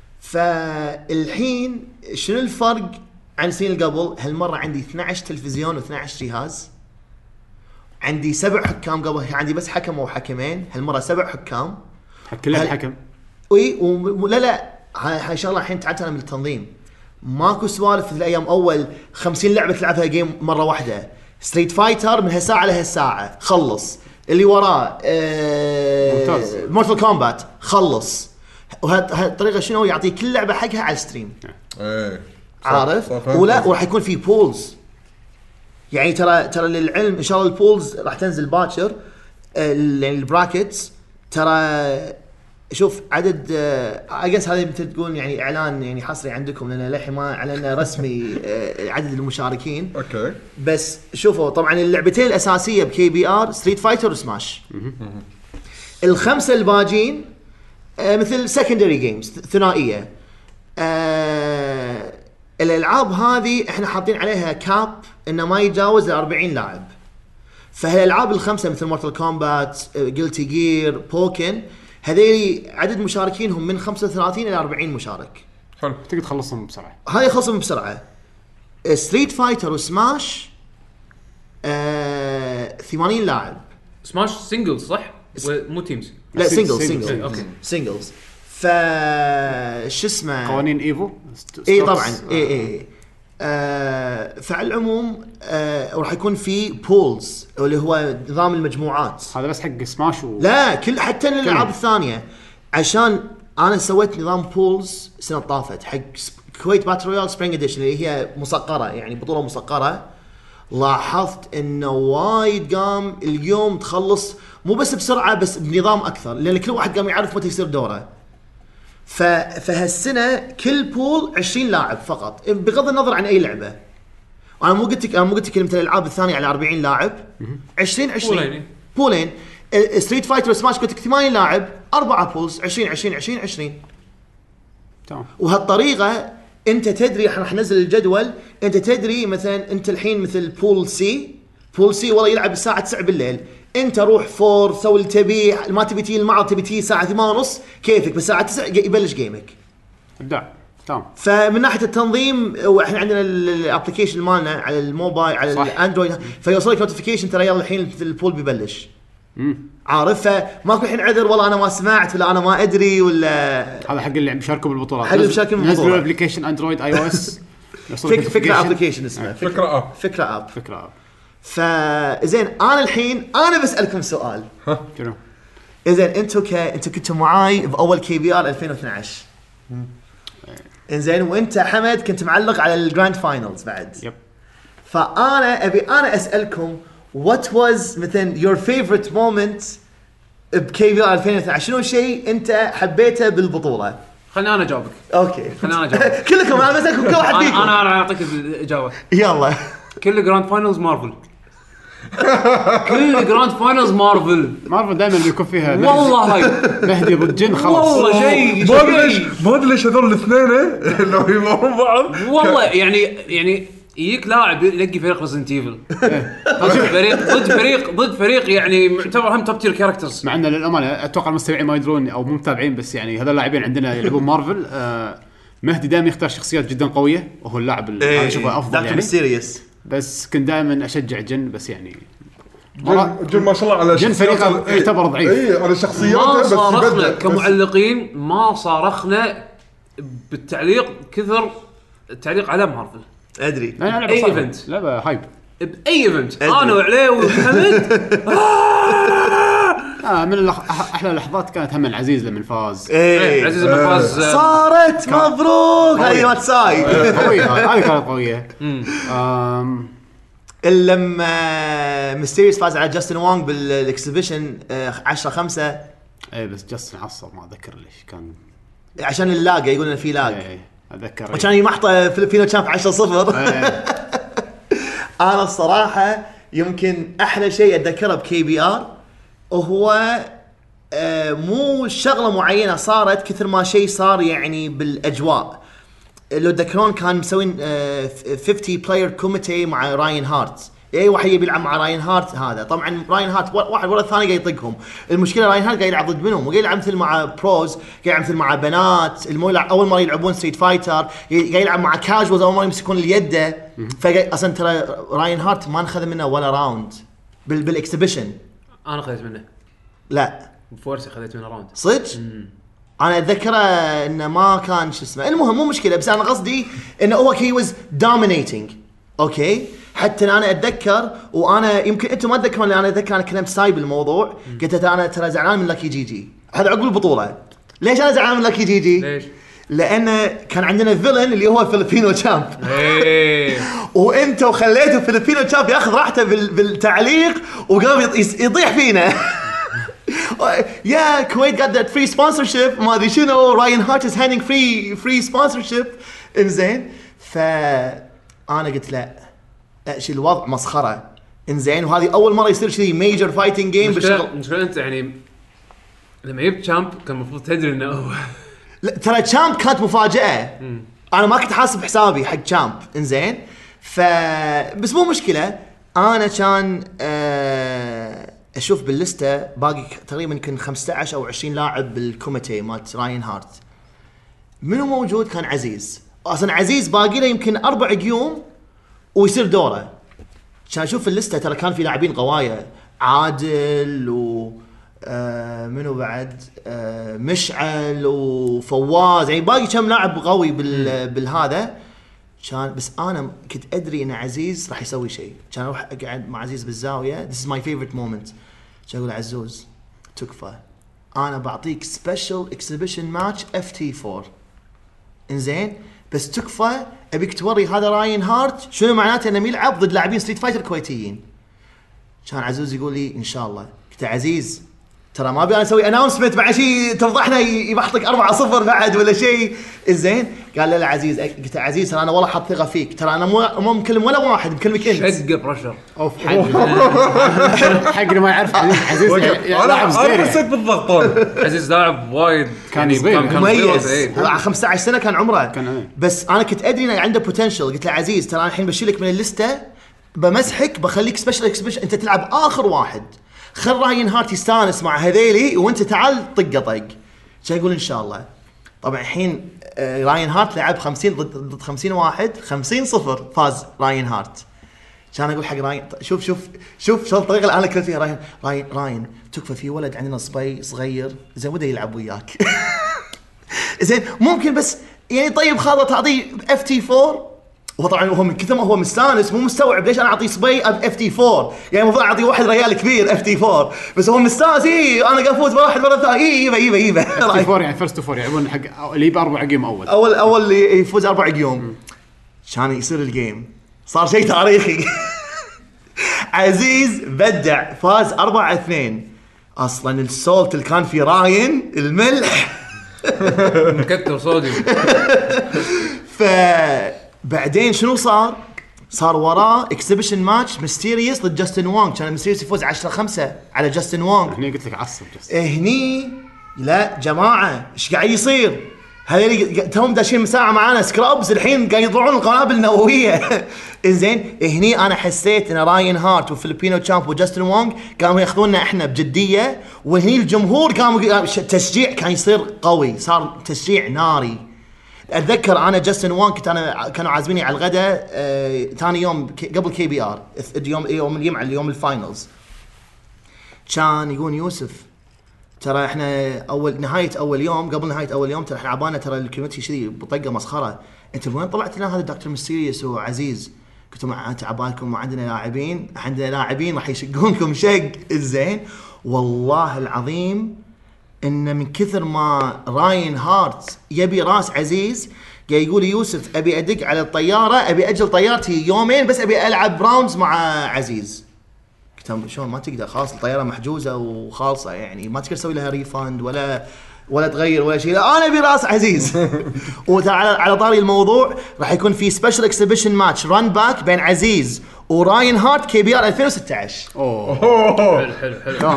فالحين شنو الفرق عن سنين قبل؟ هالمره عندي 12 تلفزيون و12 جهاز، عندي 7 حكام. قبل عندي بس حكم او حكمين، هالمره 7 حكام. كلها الحكم لا هاي شغله الحين تعبت انا من التنظيم. ماكو سوالف في الايام اول 50 لعبه تلعبها جيم مره واحده. ستريت فايتر من هالساعه لهالساعه خلص، اللي وراه ممتاز مورتال كومبات خلص. وهالطريقه شنو يعطي كل لعبه حقها على الستريم. عارف ولا وراح يكون في بولز. يعني ترى للعلم ان شاء الله البولز راح تنزل باكر، البراكتس ترى شوف عدد اجس هذه مثل تقول يعني اعلان يعني حصري عندكم لان للحين ما اعلنا رسمي عدد المشاركين. اوكي بس شوفوا طبعا اللعبتين الاساسيه بكي بي ار ستريت فايتر وسماش. الخمسه الباجين مثل سكندري جيمز ثنائيه. الالعاب هذه احنا حاطين عليها كاب انه ما يتجاوز 40 لاعب. فهالالعاب الخمسه مثل مورتال كومبات جيلتي جير بوكن هذيل عدد مشاركينهم من 35 الى 40 مشارك. حلو تقدر تخلصهم بسرعه. هاي يخلصهم بسرعه. ستريت فايتر وسماش 80 لاعب. سماش سينجلز صح؟ مو تيمز. لا سينجلز. اوكي سينجلز. شو اسمه قوانين ايفو. اي طبعا اي فعلى العموم راح يكون في بولز اللي هو نظام المجموعات. هذا بس حق سماش لا كل حتى الالعاب الثانيه عشان انا سويت نظام بولز السنه طافت حق كويت باتل رويال سبرينج اديشن اللي هي مسقره يعني بطوله مسقره. لاحظت انه وايد قام اليوم تخلص مو بس بسرعه بس بنظام اكثر لان كل واحد قام يعرف متى يصير دوره. فهالسنه كل بول 20 لاعب فقط بغض النظر عن اي لعبه. انا مو قلت لك مثل الالعاب الثانيه على 40 لاعب 20 بولين. ستريت فايتر وسماش قلت لك 80 لاعب 4 بولز 20 20 20 20 تمام. وهالطريقه انت تدري راح ننزل الجدول. انت تدري مثلا انت الحين مثل بول سي والله يلعب الساعه 9 بالليل. انت روح فور سوي اللي تبي ما تبي تيجي المعرض تبي تيجي الساعه 8:30 كيفك بس الساعه 9 يبلش جيمك. ابداع تمام. فمن ناحيه التنظيم واحنا عندنا الابلكيشن مالنا على الموبايل على الاندرويد فيوصلك نوتيفيكيشن ترى يلا الحين البول بيبلش. عارف فماكو الحين عذر والله انا ما سمعت ولا انا ما ادري ولا هذا حق اللي بيشاركوا بالبطولات. حق اللي بيشاركوا بالبطولات. نزلوا ابلكيشن اندرويد اي او اس. فكره ابلكيشن اسمه فكره اب. فزين انا الحين انا بسالكم سؤال. شنو؟ زين انتوا كنتوا معاي باول كي بي ار 2012. انزين وانت حمد كنت معلق على الجراند فاينلز بعد. يب. فانا ابي اسالكم what was مثلا your favorite moment بكي بي ار 2012 شنو شيء انت حبيته بالبطوله؟ خليني انا اجاوبك. اوكي خليني انا اجاوبك. كلكم انا بسالكم كل واحد فيكم. انا اعطيك الاجابه. يلا. كل جراند فاينلز مارفل. كل جراند فاينلز مارفل دائما بيكون فيها والله هاي مهدي ضد جن خلاص والله شيء ما ادري ليش هذول الاثنين لو يمرون بعض والله يعني يجيك لاعب يلقي فريق ريزنت ايفل ضد فريق يعني معتبر هم توب تير كاركترز. مع ان للامانه اتوقع المستمعين ما يدرون او مو متابعين بس يعني هذول اللاعبين عندنا يلعبون مارفل. مهدي دائما يختار شخصيات جدا قويه وهو اللاعب اللي انا اشوفه افضل يعني سيريس. بس كنت دائما اشجع جن بس يعني جن ما شاء الله على جن فريقه يعتبر ضعيف. اي على شخصياته بس صارخنا كمعلقين ما صارخنا بالتعليق كثر التعليق على مارفل. ادري اي ايفنت لعبه هايب باي ايفنت انا وعليه ومحمد من احلى اللحظات كانت هم العزيز لما فاز. عزيز لما فاز صارت مبروك هاي واتساي قويه هاي كانت قويه. لما ميستيريوس فاز على جاستن وونغ بالاكسبيشن 10-5. اي بس جاستن عصب ما اذكر ليش كان عشان اللاقه يقولون في لاق. اتذكر وكان يمحطه فيلبينو تشامب 10-0. انا الصراحه يمكن احلى شيء اتذكره بكي بي ار وهو مو شغله معينه صارت كثر ما شيء صار يعني بالاجواء. لو تذكرون كان مسوين 50 بلاير كوميتي مع راين هارت. اي واحد يبي يلعب مع راين هارت. هذا طبعا راين هارت واحد ولا الثاني قاعد يطقهم. المشكله راين هارت قاعد يلعب ضد منهم وقاعد يلعب مثل مع بروز قاعد يلعب مثل مع بنات اول مره يلعبون ستريت فايتر قاعد يلعب مع كاجوالز اول مره يمسكون اليد. اصلا ترى راين هارت ما ناخذ منه ولا راوند بالاكسبيشن. انا خذيت منه. لا بفورسي خذيت منه راوند صدق. انا اتذكره انه ما كان شو اسمه. المهم مو مشكله بس انا قصدي انه هو هي واز دومينيتنج. اوكي حتى انا اتذكر وانا يمكن انتم ما تذكرون انا اتذكر انا كلمت سايب الموضوع قلت انا ترى زعلان من لاكي جي جي. هذا عقب البطوله. ليش انا زعلان من لاكي جي جي؟ ليش؟ لانه كان عندنا فيلن اللي هو فيلبينو تشامب. وانتوا خليتوا فيلبينو تشامب ياخذ راحته بالتعليق وقام يطيح فينا. يا كويت got that free sponsorship ما ادري شنو راين هارت is handing free sponsorship انزين. فانا قلت لا شيء الوضع مسخره انزين، وهذه اول مره يصير شيء ميجر فايتنج جيم بالشغل. مشكلة انت يعني لما جبت تشامب كان المفروض تدري انه لا ترى تشامب كانت مفاجاه. انا ما كنت حاسب حسابي حق تشامب انزين. بس مو مشكله، انا كان اشوف باللسته باقي تقريبا يمكن 15 او 20 لاعب بالكوميتي مالت راين هارت. منو موجود؟ كان عزيز. اصلا عزيز باقي له يمكن 4 قيوم ويصير دوره. كان اشوف اللسته ترى كان في لاعبين قوايه، عادل و منو بعد مشعل وفواز، يعني باقي كم لاعب قوي بالهذا. كان بس انا كنت ادري ان عزيز راح يسوي شيء. كان اروح اقعد مع عزيز بالزاويه. This is my favorite moment. كان اقول عزوز تكفى، انا بعطيك سبيشل اكسبيشن ماتش FT4 انزين، بس تكفى ابيك توري هذا راين هارت شنو معناته انه يلعب ضد لاعبين ستريت فايتر كويتيين. كان عزوز يقول لي ان شاء الله. قلت عزيز ترى ما ابي انا اسوي اناونسمنت مع شيء تفضحنا يبحطك 4-0 بعد ولا شيء زين. قال لا عزيز. قلت عزيز ترى انا والله حاط ثقه فيك، ترى انا مو مكلم ولا واحد، مكلمك انت. شق برشر اوف حقنا ما يعرف عزيز لاعب انا حسيت بالضغط. عزيز لاعب وايد كان يبين مميز. 15 سنه كان عمره. بس انا كنت ادري انه عنده بوتنشل. قلت له عزيز ترى الحين بشيلك من اللسته، بمسحك بخليك سبيشل اكسبيشن، انت تلعب اخر واحد، خل راين هارت يستانس مع هذيلي وانت تعال طق طق. شو يقول ان شاء الله. طبعا الحين راين هارت لعب 50 ضد 50 واحد، 50-0 فاز راين هارت. كان اقول حق راين شوف شو الطريقه اللي انا كنت فيها. راين تكفى في ولد عندنا صبي صغير زين وده يلعب وياك زين ممكن بس يعني طيب خاطر تعطيه FT4. وطبعا هو من كثر ما هو مستانس مو مستوعب ليش انا اعطيه صبي FT4، يعني المفروض اعطيه واحد ريال كبير FT4، بس هو مستانس. انا قفوت واحد مره ثانيه يبا FT4 يعني فيرست فور يلعبون حق اللي ب4 قيوم اول اللي يفوز 4 قيوم. كان يصير الجيم صار شيء تاريخي عزيز بدع فاز 4-2. اصلا السولت اللي كان في راين الملح مكتر صوديوم. بعدين شنو صار وراه اكسبيشن ماتش ميستيريوس ضد جاستن وانغ. كان ميستيريوس يفوز 10-5 على جاستن وانغ. هني قلت لك عصب هني لا جماعه ايش قاعد يصير؟ هذول توم داشين مساعه معانا سكرابز الحين قاعد يطلعون القنابل النوويه انزين. هني انا حسيت ان راين هارت وفيليبينو تشامب وجاستن وانغ قاموا ياخذوننا احنا بجديه، وهني الجمهور قاموا تشجيع كان يصير قوي، صار تشجيع ناري. اتذكر انا جاستن وان كانوا عازميني على الغداء ثاني يوم قبل KBR، يوم الجمعه اليوم الفاينلز. كان يقول يوسف ترى احنا نهايه اول يوم قبل نهايه اول يوم ترى احنا عبانا ترى الكوميتي شذي بطقه مسخره. انت وين طلعت لنا هذا دكتور ميستيريوس وعزيز؟ قلت لهم انت عبالكم ما عندنا لاعبين راح يشقونكم شق الزين. والله العظيم ان من كثر ما راين هارت يبي راس عزيز قاعد يقول يوسف ابي ادق على الطياره، ابي اجل طيارتي يومين بس ابي العب راوندز مع عزيز. قلت له شلون ما تقدر، خلاص الطياره محجوزه وخالصه، يعني ما تقدر تسوي لها ريفاند ولا تغير ولا شيء. انا ابي راس عزيز على طاري الموضوع راح يكون في سبيشل اكسبيشن ماتش ران باك بين عزيز وراين هارت KBR 2016. حلو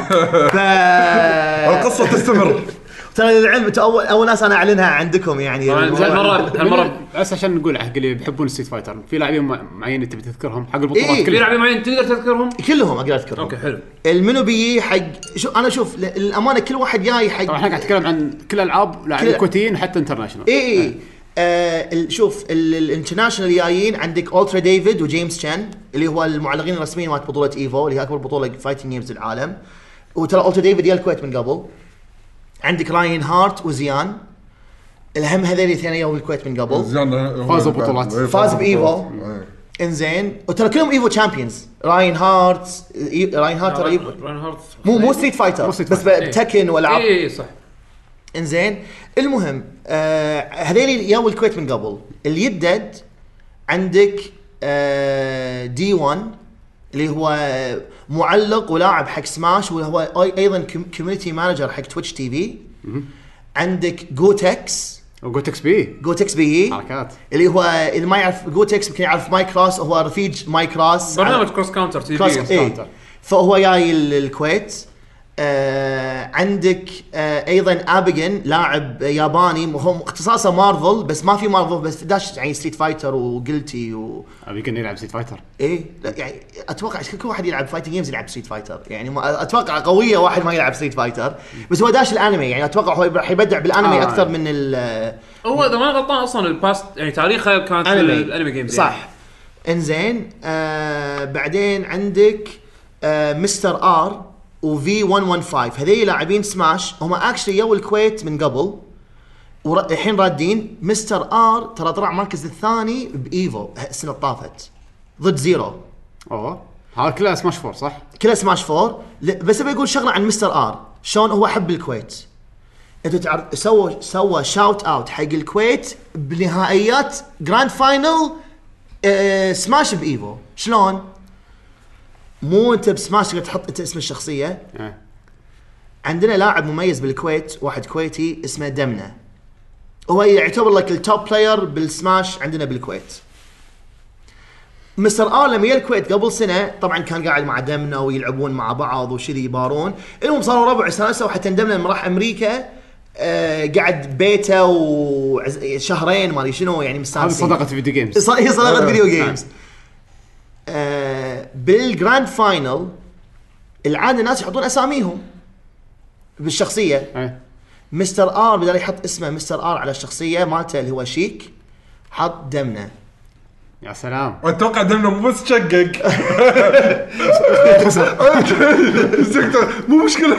القصه تستمر. ترى العلم اول ناس انا اعلنها عندكم يعني هالمره بس عشان نقول حق اللي يحبون ستريت فايتر في لاعبين معين تبي تذكرهم حق البطولات كل لاعبين معين تقدر تذكرهم كلهم اقدر اذكرهم. اوكي حلو. المنو بي حق انا شوف الامانه كل واحد جاي حق. طبعا احنا قاعد نتكلم عن كل الالعاب لاعبين كويتيين حتى انترناشونال. شوف الانترناشونال جايين عندك أولترا ديفيد وجيمس تشان اللي هو المعلقين الرسميين مال بطوله ايفو اللي هي اكبر بطوله فايتنج جيمز العالم. وترى أولترا ديفيد يا الكويت من قبل. عندك راين هارت وزيان الهم هذول الاثنين يوم الكويت من قبل فازوا بطولات فاز بايفو انزين. وترى كلهم ايفو تشامبيونز. راين هارت ترى مو ستريت فايتر بس بتكن والعاب اي صح انزين. المهم هذول يوم الكويت من قبل. اليدد عندك D1 اللي هو معلق ولاعب حق سماش، وهو ايضا كوميونتي مانجر حق تويتش تي في. عندك جوتكس جوتكس بي حركات، اللي هو اللي ما يعرف جوتكس يمكن يعرف مايكروس، هو رفيج مايكروس، برنامج كروس كاونتر تي في. فهو جاي الكويت. عندك ايضا ابيجن لاعب ياباني، هو اختصاصه مارفل بس ما في مارفل، بس داش يعني ستريت فايتر وقلتي ابيجن يلعب ستريت فايتر. ايه لا يعني اتوقع كل واحد يلعب فايتنج جيمز يلعب ستريت فايتر، يعني ما اتوقع قويه واحد ما يلعب ستريت فايتر، بس هو داش الانمي، يعني اتوقع هو راح يبدع بالانمي اكثر من هو اذا ما غلطان اصلا الباست يعني تاريخه كانت الانمي جيمز صح يعني. انزين بعدين عندك مستر ار وفي 115 هذي لاعبين سماش، هم اكشلي يو الكويت من قبل والحين رادين. مستر ار ترى طلع مركز الثاني بايفو السنه الطافت ضد زيرو. هذا كله سماش 4 صح؟ كله سماش 4. بس ابي اقول شغله عن مستر ار، شلون هو حب الكويت. انتوا تعرف سوى شاوت اوت حق الكويت بنهائيات جراند فاينل سماش بايفو. شلون؟ مو انت بسماش تقدر تحط انت اسم الشخصيه. عندنا لاعب مميز بالكويت، واحد كويتي اسمه دمنه، هو يعتبر لك التوب بلاير بالسماش عندنا بالكويت. مستر ار لما جاء الكويت قبل سنه طبعا كان قاعد مع دمنه ويلعبون مع بعض وشذي يبارون، المهم صاروا ربع سنه، وحتى دمنه لما راح امريكا قعد بيته وشهرين ما ادري شنو، يعني مستانسين. هذه صداقه فيديو جيمز، هي صداقه فيديو جيمز. بالجراند فاينل العاده الناس يحطون اساميهم بالشخصيه. مستر ار بدل يحط اسمه مستر ار على الشخصيه مالته اللي هو شيك، حط دمنه. يا سلام، اتوقع دمنه مو بس شقق مو مشكله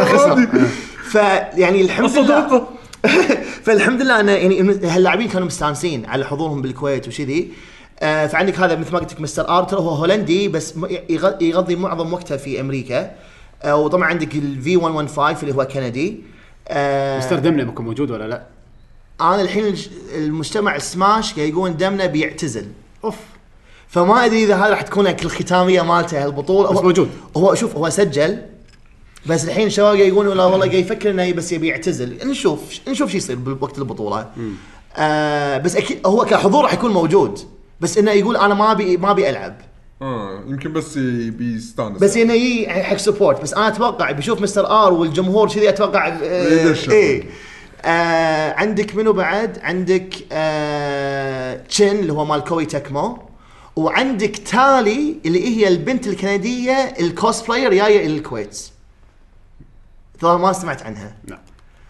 فيعني الحمد لله فالحمد لله انا يعني هاللاعبين كانوا مستانسين على حضورهم بالكويت وشذي. فعندك هذا مثل ما قلت لك مستر ارتر، هو هولندي بس يقضي معظم وقته في امريكا. وطبعا عندك الفي 115 اللي هو كندي. مستر دمنه بكون موجود ولا لا؟ انا الحين المجتمع السماش قاعد يقولون دمنه بيعتزل. فما ادري اذا هذا راح تكون الختاميه مالته هالبطوله. بس موجود. هو شوف هو سجل، بس الحين الشباب قاعد يقولون لا والله قاعد يفكر انه بس يبي يعتزل. نشوف شو يصير بوقت البطوله. بس اكيد هو كحضور راح يكون موجود، بس انه يقول انا ما ابي العب. يمكن بس بيستانس، بس انه يعني حق سبورت. بس انا اتوقع بيشوف مستر ار والجمهور كذي اتوقع ايه. عندك منو بعد؟ عندك تشين اللي هو مال كوي تكمو، وعندك تالي اللي هي البنت الكنديه الكوسبلاير جايه الى الكويت. ترى ما سمعت عنها. لا.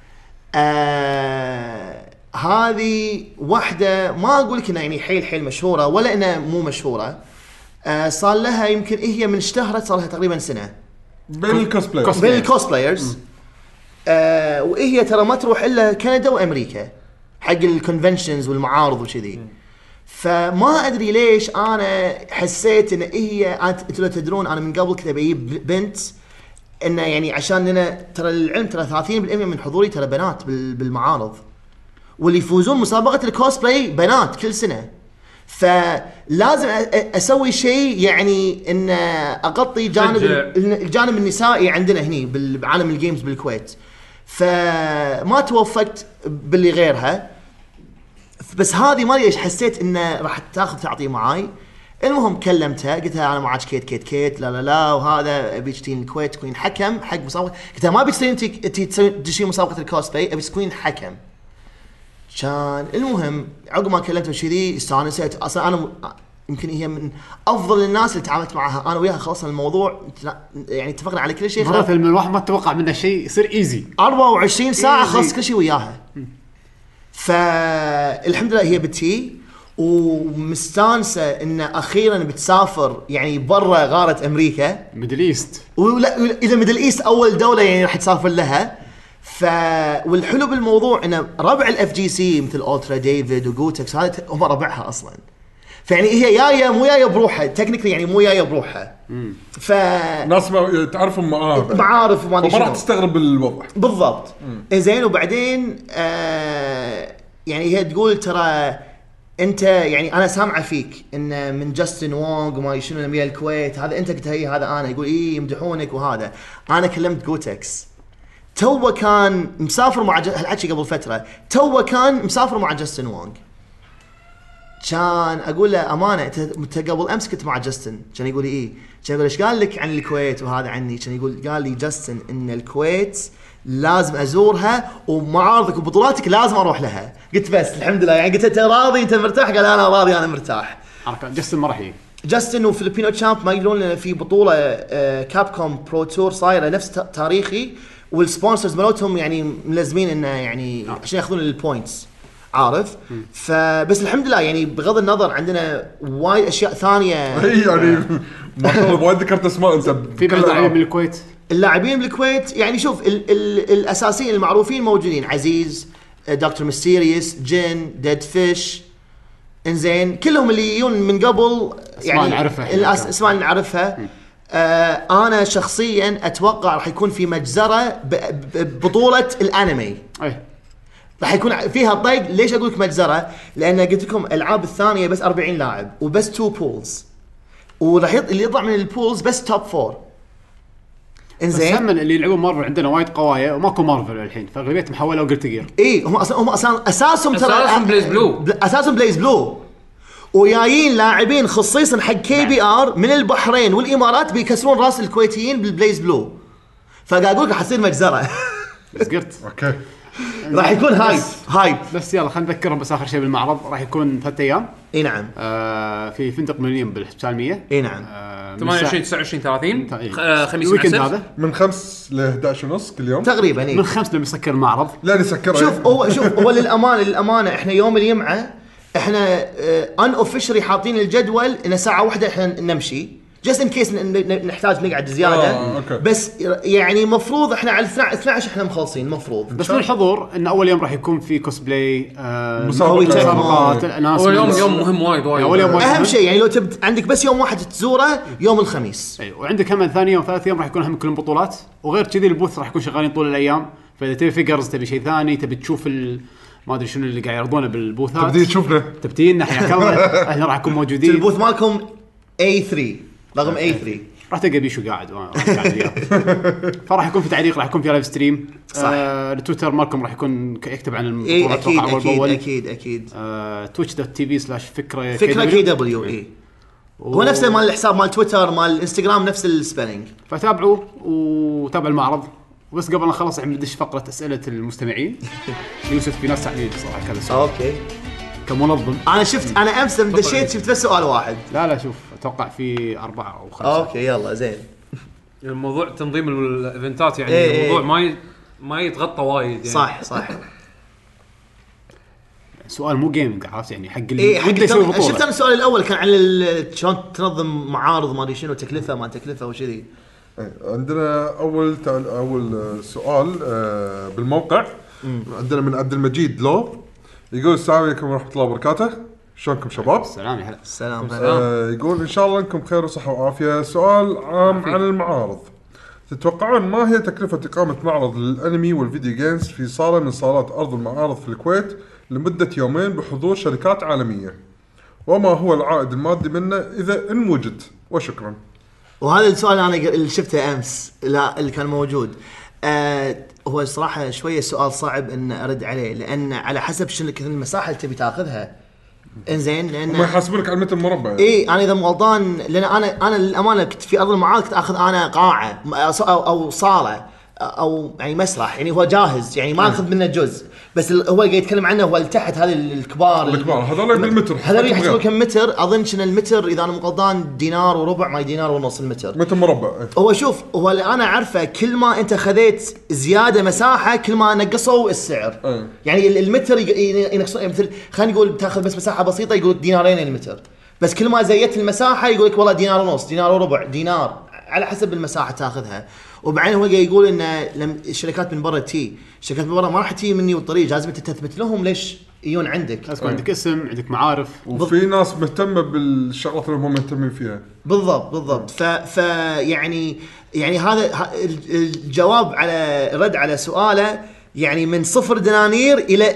هذه واحدة ما أقول لك إنها يعني حيل مشهورة ولا إنها مو مشهورة. صار لها يمكن هي من اشتهرت صار لها تقريبا سنة بين الكوسبلايرز. وهي ترى ما تروح إلا كندا وأمريكا حق الكونفنشنز والمعارض وكذي. فما أدري ليش أنا حسيت إن هي أنتوا لو تدرون أنا من قبل كنت بجيب بنت إنه يعني عشان لنا ترى العلم ترى 30% من حضوري ترى بنات بالمعارض، واللي يفوزون مسابقة الكوسبلاي بنات كل سنة. فلازم أسوي شيء يعني إن أغطي الجانب النسائي عندنا هني بعالم الجيمز بالكويت. فما توفقت باللي غيرها، بس هذه ما ليش حسيت إنه راح تاخذ تعطي معاي. المهم كلمتها قلت لها أنا معاك كيت لا وهذا أبي تجين الكويت تكون حكم حق مسابقة. قلت لها ما أبي تجين مسابقة الكوسبلاي، أبي تكون حكم. كان المهم عقب ما كلمته شذي استانست. اصلا انا يمكن هي من افضل الناس اللي تعاملت معها، انا وياها خلصنا الموضوع يعني اتفقنا على كل شيء. مرات من الواحد ما تتوقع منه شيء يصير ايزي 24 ساعه خلص كل شيء وياها. فالحمد لله هي بتي ومستانسه ان اخيرا بتسافر يعني برا غاره امريكا ميدل ايست. ولا اذا ميدل ايست اول دوله يعني راح تسافر لها. والحلو بالموضوع انه ربع الاف جي سي مثل الترا ديفيد وجوتكس هذا هم ربعها اصلا. فيعني هي جايه مو جايه بروحها تكنيكلي، يعني مو جايه بروحها. ناس ما تعرفهم معارف وما ادري شنو، ما راح تستغرب الوضع بالضبط. زين وبعدين يعني هي تقول ترى انت يعني انا سامعه فيك ان من جاستن وونغ وما شنو لما الكويت هذا انت قلت هي هذا انا يقول يمدحونك وهذا. انا كلمت جوتكس تو كان مسافر مع هالحكي قبل فتره، تو كان مسافر مع جاستن وونغ، كان اقول له امانه انت قبل امس كنت مع جاستن، كان يقول لي كان يقول ايش قال لك عن الكويت وهذا عني، كان يقول قال لي جاستن ان الكويت لازم ازورها ومعارضك وبطولاتك لازم اروح لها. قلت بس الحمد لله يعني، قلت انت راضي انت مرتاح؟ قال انا راضي انا مرتاح. جاستن ما راح يجي. جاستن وفيلبينو تشامب ما يقولون لنا في بطوله كاب كوم برو تور صايره نفس تاريخي، والسبونسرز مالتهم يعني ملزمين انه يعني عشان ياخذون البوينتس عارف. فبس الحمد لله يعني بغض النظر عندنا وايد اشياء ثانيه. اي يعني ما شاء الله وايد ذكرت اسماء انت. في بعض اللاعبين من الكويت، اللاعبين بالكويت يعني شوف الاساسيين المعروفين موجودين، عزيز، دكتور ميستيريوس، جن، ديد فيش، انزين كلهم اللي يجون من قبل يعني اسماء نعرفها. انا شخصيا اتوقع راح يكون في مجزره ببطوله الانمي. راح يكون فيها طيق. ليش اقول لك مجزره؟ لان قلت لكم الالعاب الثانيه بس 40 لاعب وبس 2 بولز، وراح اللي يطلع من البولز بس توب 4. انزين بس اللي يلعبون مارفل عندنا وايد قوايا وماكو مارفل الحين، فاغلبيتهم محوله وقلت جير. هم اصلا اساسهم ترى بليز بلو، اساسهم بليز بلو، ويايين لاعبين خصيصا حق كي بي ار من البحرين والامارات بيكسرون راس الكويتيين بالبليز بلو. فقاعد اقول لك حصير مجزره. بس قلت اوكي راح يكون هايب. بس يلا خلينا نذكرهم بس اخر شيء بالمعرض راح يكون 3 ايام. اي نعم. في فندق مليون بالسالميه. اي نعم. 28 29 30 خميس الويكند هذا من 5 ل 11 ونص كل يوم تقريبا. من 5 لما يسكر المعرض. لا نسكره. شوف هو للامانه احنا يوم الجمعه احنا ان اوفيشلي حاطين الجدول ان ساعه واحده احنا نمشي جست ان كيس نحتاج نقعد زياده. بس يعني مفروض احنا على 12 احنا مخلصين مفروض. بس للحضور ان اول يوم راح يكون في كوسبلاي مسابقات الناس. يوم مهم وايد اهم شيء يعني لو تبي عندك بس يوم واحد تزوره يوم الخميس. اي وعندك كمان ثاني يوم ثالث يوم راح يكون هم كلهم بطولات، وغير كذي البوث راح يكون شغالين طول الايام. فاذا تبي فيجرز تبي شيء ثاني تبي تشوف ما ادري شنو اللي قاعد يعرضونه بالبوثات تبدي تشوفنا تبتين حياك الله. احنا راح نكون موجودين. البوث مالكم A3 رقم A3 راح تلقى بيشو قاعد فراح يكون في تعليق، راح يكون في لايف ستريم. التويتر مالكم راح يكون يكتب عن البطولات اول باول. اكيد twitch.tv/فكره KW. هو نفس مال الحساب مال تويتر مال الانستغرام نفس السبيلنج. فتابعوا وتابعوا المعرض. بس قبل ما نخلص احنا ندش فقره اسئله المستمعين. يوسف في ناس ساعدين صراحه كذا سؤال. اوكي كمنظم انا امس دشيت شفت بس سؤال واحد. لا شوف اتوقع في 4 أو 5. اوكي يلا زين. الموضوع تنظيم الايفنتات يعني الموضوع ما يتغطى وايد يعني. صح سؤال مو جيمنج عرفت يعني حق شفت انا السؤال الاول كان عن شلون تنظم معارض ما ادري شنو تكلفه ما تكلفه وشذي. عندنا اول سؤال بالموقع. عندنا من عبد المجيد لو يقول السلام عليكم ورحمه الله وبركاته، شلونكم شباب؟ السلام يا هلا. السلام. يقول ان شاء الله انكم بخير وصحه وعافيه. سؤال عام عن المعارض، تتوقعون ما هي تكلفه اقامه معرض للانمي والفيديو جيمز في صاله من صالات ارض المعارض في الكويت لمده يومين بحضور شركات عالميه، وما هو العائد المادي منه اذا ان وجد؟ وشكرا. وهذا السؤال انا اللي شفته امس لا اللي كان موجود. هو الصراحه شويه سؤال صعب ان ارد عليه لان على حسب شنو المساحه اللي تبي تاخذها. انزين لان ما يحاسبونك على المتر مربع يعني. اي انا اذا مو غلطان لان انا للامانه كنت في ارض المعارض كنت اخذ انا قاعه او صاله او يعني مسرح يعني هو جاهز يعني ما اخذ منه جزء. بس هو قاعد يتكلم عنه هو تحت هذه الكبار هذول بالمتر هذول يحسبون كم متر. اظن شنو المتر اذا انا مو غلطان دينار وربع ما دينار ونص المتر متر مربع. هو شوف هو اللي انا عارفه كل ما انت خذيت زياده مساحه كل ما نقصوا السعر. يعني المتر ينقصون مثل خلينا نقول بتاخذ بس مساحه بسيطه يقول دينارين المتر، بس كل ما زيدت المساحه يقول لك والله دينار ونص دينار وربع دينار على حسب المساحه تاخذها. وبعدين هو يقول ان الشركات من برا الشركات من برا ما راح تجي مني والطريق لازم انت تثبت لهم ليش يجون عندك. لازم عندك اسم عندك معارف وفي ناس مهتمه بالشغلات اللي هم مهتمين فيها. بالضبط. ف يعني هذا الجواب على رد على سؤاله يعني من 0 دنانير الى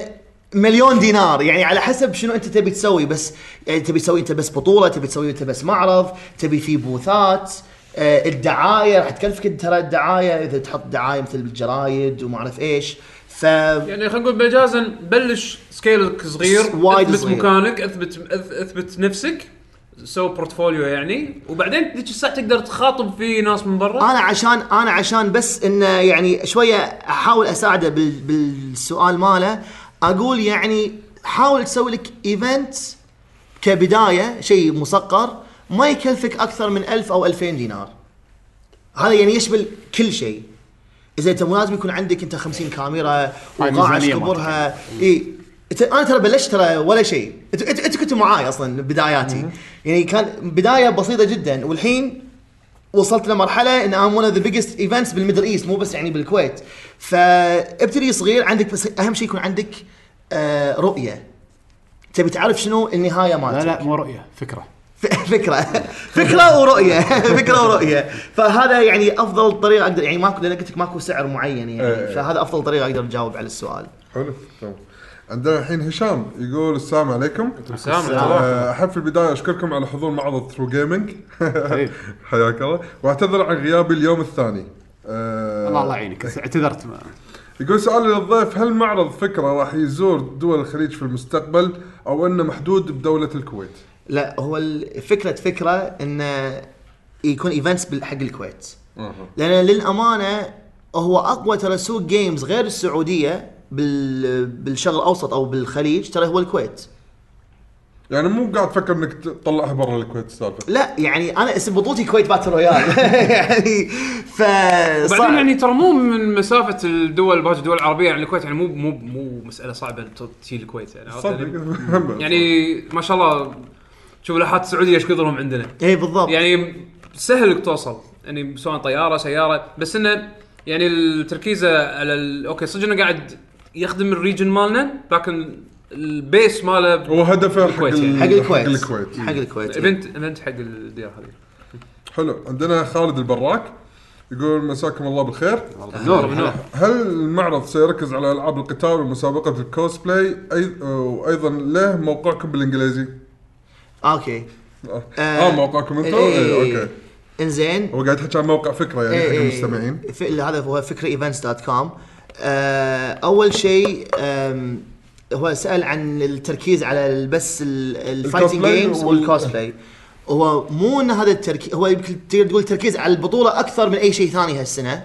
مليون دينار، يعني على حسب شنو انت تبي تسوي. بس يعني تبي تسوي انت بس بطوله، تبي تسوي انت بس معرض، تبي فيه بوثات، الدعايه راح تكلفك ترى الدعايه، اذا تحط دعايه مثل بالجرايد وما اعرف ايش. يعني خلينا نقول بالجازن بلش سكيلك صغير، اثبت مكانك، اثبت نفسك، سوي بورتفوليو يعني، وبعدين ذيك الساعه تقدر تخاطب في ناس من برا. انا عشان بس انه يعني شويه احاول اساعده بالسؤال ماله، اقول يعني حاول تسوي لك ايفنت كبدايه، شيء مسقر ما يكلفك اكثر من 1000 أو 2000 دينار. هذا يعني يشمل كل شيء. اذا انت مو لازم يكون عندك انت 50 كاميرا وقاعه كبرها. انا ترى بلشت ترى ولا شيء، انت كنتوا معاي اصلا بداياتي، يعني كان بدايه بسيطه جدا، والحين وصلت لمرحله ان ام ون اوف ذا بيجست ايفنتس بالميدل ايست، مو بس يعني بالكويت. فابتدي صغير عندك، بس اهم شيء يكون عندك رؤيه، تبي تعرف شنو النهايه مالتك. لا مو رؤيه، فكره ورؤيه فكره ورؤيه. فهذا يعني افضل طريقه اقدر، يعني ماكو، لان قلت لك ماكو سعر معين يعني. فهذا افضل طريقه اقدر اجاوب على السؤال. حلو. عندنا الحين هشام يقول السلام عليكم. السلام. احب في البدايه اشكركم على حضور معرض ثرو جيمنج. حياك الله، واعتذر عن غيابي اليوم الثاني. الله يعينك، اعتذرت. يقول سؤال للضيف: هل معرض فكرة راح يزور دول الخليج في المستقبل او انه محدود بدولة الكويت؟ لا، هو فكرة انه يكون ايفنتس حق الكويت. لان للامانة هو اقوى ترى سوق جيمز غير السعودية بالشرق الاوسط او بالخليج، ترى هو الكويت. يعني مو قاعد تفكر انك تطلعها برا الكويت السالفه؟ لا يعني انا اسم بطولتي كويت باتل رويال. يعني وبعدين يعني ترى مو من مسافه الدول، باقي الدول العربيه يعني الكويت، يعني مو مساله صعبه تجي الكويت يعني ما شاء الله. شوف الاحات السعوديه ايش كثرهم عندنا. اي بالضبط، يعني سهل انك توصل، يعني سواء طياره سياره، بس انه يعني التركيز على اوكي صدقنا قاعد يخدم الريجن مالنا، لكن البيس ماله هو هدفه حق الكويت. ايفنت حق الديار هذه. حلو. عندنا خالد البراك يقول مساكم الله بالخير. هل المعرض سيركز على العاب القتال ومسابقه الكوسبلاي وايضا له موقعكم بالانجليزي؟ اوكي. موقعكم انتم؟ اوكي انزين. هو قاعد يحكي عن موقع فكره يعني حق المستمعين. هذا هو فكرة.events.com. اول شيء هو سأل عن التركيز على بس الفايتنج جيمز والكوسبلاي. هو مو ان هذا التركيز، هو يمكن تقول تركيز على البطولة اكثر من اي شيء ثاني هالسنة.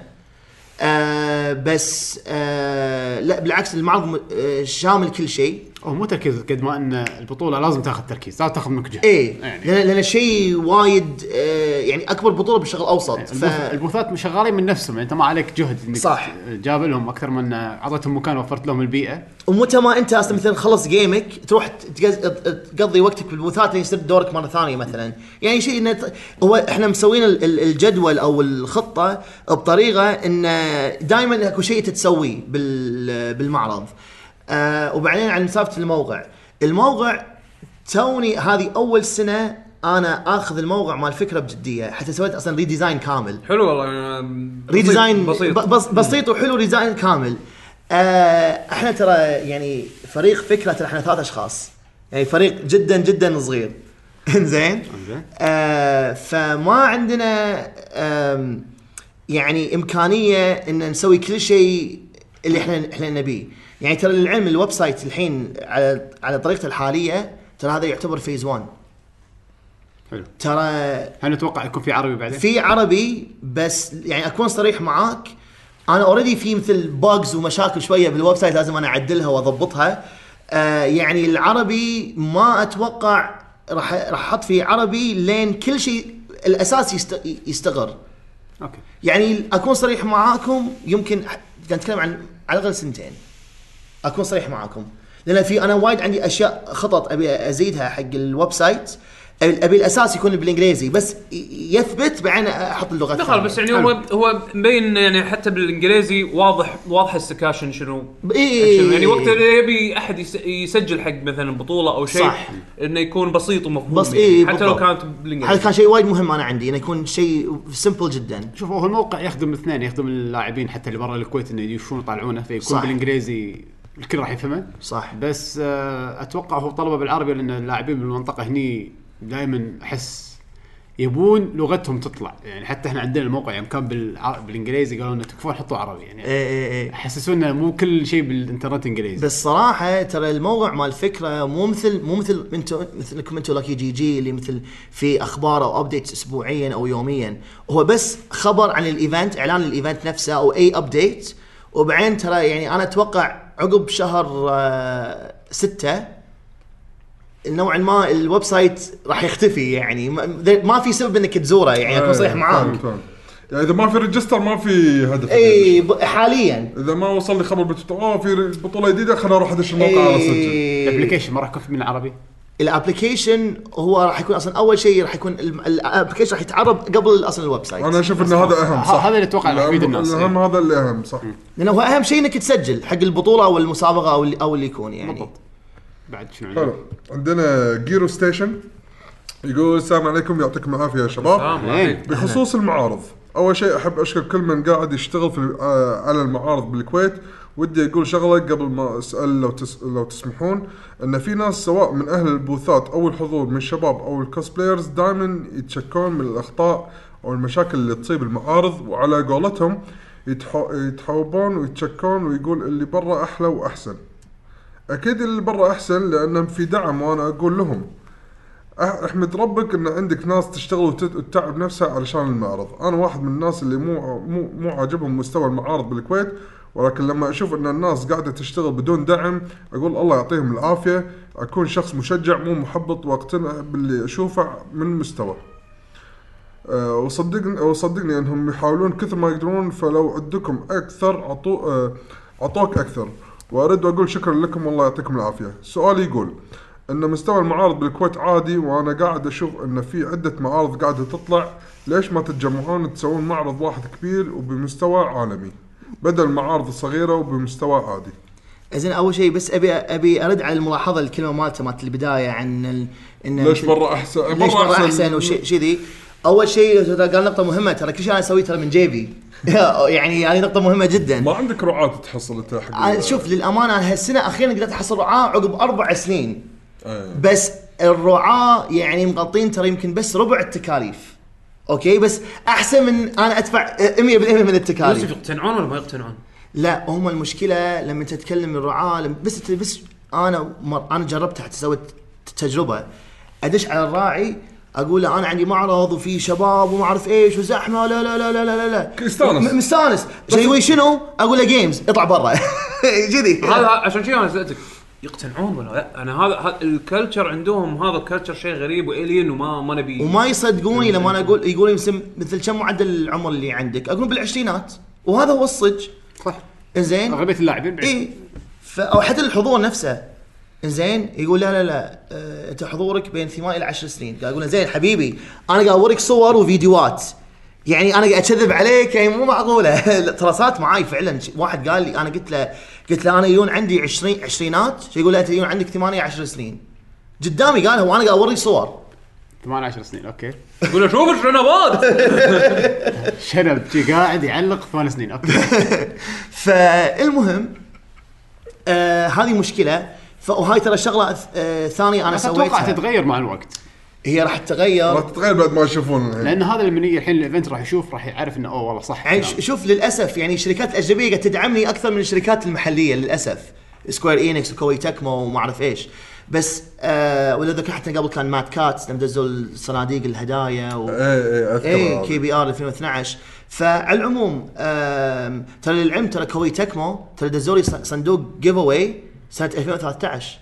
بس لا بالعكس، المعرض شامل كل شيء. هو مو تركيز قد ما ان البطوله لازم تاخذ تركيز، لازم تاخذ منك جهد. يعني لان شيء وايد يعني اكبر بطوله بالشرق الاوسط. البوثات شغالين من نفسهم، يعني انت ما عليك جهد انك صح جاب لهم اكثر من اعطيتهم مكان، وفرت لهم البيئه. ومتى ما انت اصلا مثلا خلص جيمك تروح تقضي وقتك بالبوثات يصير دورك مره ثانيه مثلا. يعني شيء انه هو احنا مسوين الجدول او الخطه بطريقه ان دائما اكو شيء تسويه بالمعرض. وبعدين عن مسافة الموقع توني هذه أول سنة أنا أخذ الموقع مال الفكرة بجدية، حتى سويت أصلا ريديزاين كامل. حلو والله، ريديزاين بسيط وحلو، ريديزاين كامل. احنا ترى يعني فريق فكرة، ترى احنا 3 أشخاص، يعني فريق جدا جدا صغير. إنزين. فما عندنا يعني إمكانية إن نسوي كل شيء اللي احنا نبيه. يعني ترى العلم الويب سايت الحين على طريقته الحاليه ترى هذا يعتبر فيز 1. حلو. ترى هل نتوقع يكون في عربي بعدين؟ في عربي، بس يعني اكون صريح معاك، انا اوريدي في مثل باجز ومشاكل شويه بالويب سايت لازم انا اعدلها واضبطها. يعني العربي ما اتوقع راح احط فيه عربي لين كل شيء الاساس يستقر. اوكي. يعني اكون صريح معاكم، يمكن نتكلم عن على الاقل 2 سنين. اكون صريح معاكم، لان في انا وايد عندي اشياء خطط ابي ازيدها حق الويب سايت. ابي الاساس يكون بالانجليزي بس يثبت، بعدين احط اللغات دخل. بس يعني هو مبين يعني حتى بالانجليزي واضح السكاشن شنو. يعني وقت يبي احد يسجل حق مثلا بطوله او شيء انه يكون بسيط ومفهوم. يعني حتى لو كانت بالانجليزي. هذا كان شيء وايد مهم انا عندي، انه يكون شيء سمبل جدا. شوف هو الموقع يخدم الاثنين، يخدم اللاعبين حتى اللي برا الكويت انه يشوفون يطالعونه، فيكون بالانجليزي الكل راح يفهمه صح. بس اتوقع هو طلبه بالعربي لان اللاعبين بالمنطقه هني دائما احس يبون لغتهم تطلع يعني. حتى احنا عندنا الموقع يعني كان بالانجليزي قالوا لنا تكفون حطوا عربي يعني حسسونا مو كل شيء بالانترنت انجليزي. بالصراحه ترى الموقع مال الفكره مو مثل مثلكم انتم لاكي جي اللي مثل في اخبار او ابديت اسبوعيا او يوميا. هو بس خبر عن الايفنت، اعلان الايفنت نفسه او اي ابديت. وبعدين ترى يعني انا اتوقع عقب شهر 6 نوعا ما الويب سايت راح يختفي يعني. ما في سبب انك تزوره يعني. اكون صريح معاك يعني اذا ما في ريجستر ما في هدف. حاليا اذا ما وصل لي خبر بتويتر في بطوله جديده خليني اروح ادش الموقع على سجل. الابلكيشن ما راح يكون من العربي. الابلكيشن هو راح يكون اصلا اول شيء راح يكون الابلكيشن راح يتعرض قبل اصلا الويب سايت. انا اشوف ان هذا اهم صح. هذا اللي اتوقع راح يفيد الناس. الاهم هذا اللي اهم صح. لانه هو اهم شيء انك تسجل حق البطوله او المسابقه او اللي يكون يعني. بالضبط. بعد شنو حلو. عندنا جيرو ستيشن يقول السلام عليكم يعطيكم العافيه يا شباب. بخصوص المعارض اول شيء احب اشكر كل من قاعد يشتغل على المعارض بالكويت. ودي اقول شغله قبل ما اسال لو تسمحون ان في ناس سواء من اهل البوثات او الحضور من الشباب او الكوسبلايرز دائما يتشكون من الاخطاء او المشاكل اللي تصيب المعارض وعلى قولتهم يتحوبون ويتشكون ويقول اللي برا احلى واحسن. اكيد اللي برا احسن لانهم في دعم وانا اقول لهم احمد ربك ان عندك ناس تشتغل وتتعب نفسها علشان المعرض. انا واحد من الناس اللي مو عاجبهم مستوى المعارض بالكويت ولكن لما اشوف ان الناس قاعده تشتغل بدون دعم اقول الله يعطيهم العافيه. اكون شخص مشجع مو محبط واقتنع باللي اشوفه من مستوى. وصدقني انهم يحاولون كثر ما يقدرون فلو عندكم اكثر عطوك اكثر. وارد اقول شكرا لكم والله يعطيكم العافيه. سؤالي يقول ان مستوى المعارض بالكويت عادي وانا قاعد اشوف ان في عده معارض قاعده تطلع. ليش ما تتجمعون تسوون معرض واحد كبير وبمستوى عالمي بدل المعارض الصغيره وبمستوى عادي؟ زين اول شيء بس ابي ارد على الملاحظه الكلمه مالت البدايه عن ان ليش برا احسن ليش برا احسن وشي ذي. اول شيء قال نقطه مهمه ترى كل شيء انا اسويه ترى من جيبي يعني هذه نقطه مهمه جدا. ما عندك رعاة تحصل انت حق شوف للامانه انا هالسنه اخيرا قدرت احصل رعاة عقب 4 سنين. بس الرعاة يعني مغطين ترى يمكن بس ربع التكاليف. اوكي بس احسن من انا ادفع 100% من التكاليف. يقتنعون ولا ما يقتنعون؟ لا هم المشكله لما تتكلم الرعاة بس انا جربت حتى سويت تجربه ادش على الراعي اقول له انا عندي معرض وفي شباب وما اعرف ايش وزحمه لا لا لا لا لا لا مستانس يقول شنو اقول له جيمز اطلع برا كذي. هذا عشان شيء انا سالتك يقتنعون ولا لا. انا هذا الكلتشر عندهم هذا الكلتشر شيء غريب والين وما نبي وما يصدقوني لما انا اقول يقول مثل كم معدل العمر اللي عندك اقول بالعشرينات وهذا هو الصج صح. زين اغلبيه اللاعبين اي او حتى الحضور نفسه زين يقول لا انت حضورك بين 8 إلى 10 سنين. قاعد اقول زين حبيبي انا قاعد اوريك صور وفيديوهات يعني انا قاعد اكذب عليك يعني مو معقوله. ترى صارت معاي فعلا. واحد قال لي انا قلت له انا يون عندي 20 عشرينات يقول له انت يون عندك 8 10 سنين قدامي قالها وانا قاعد اوريك صور 8 10 سنين. اوكي يقول له شوف الشنبات شنب جي قاعد يعلق 8 سنين. اوكي فالمهم هذه مشكله. وهاي ترى شغله ثانيه انا سويتها. اتوقع تتغير مع الوقت. هي راح تتغير بعد ما يشوفون لان هذا اللي من يجي الحين الايفنت راح يشوف راح يعرف انه والله صح يعني شوف للاسف يعني الشركات الاجنبيه قاعده تدعمني اكثر من الشركات المحليه للاسف. سكوير إينكس وكوي تكمو وما اعرف ايش بس ولا ذاك حتى قبل كان مات كات لما دزوا صناديق الهدايا كي بي ار 2012. فعلى العموم ترى للعلم ترى كوي تكمو ترى دزوا لي صندوق جيف اواي سنه 2013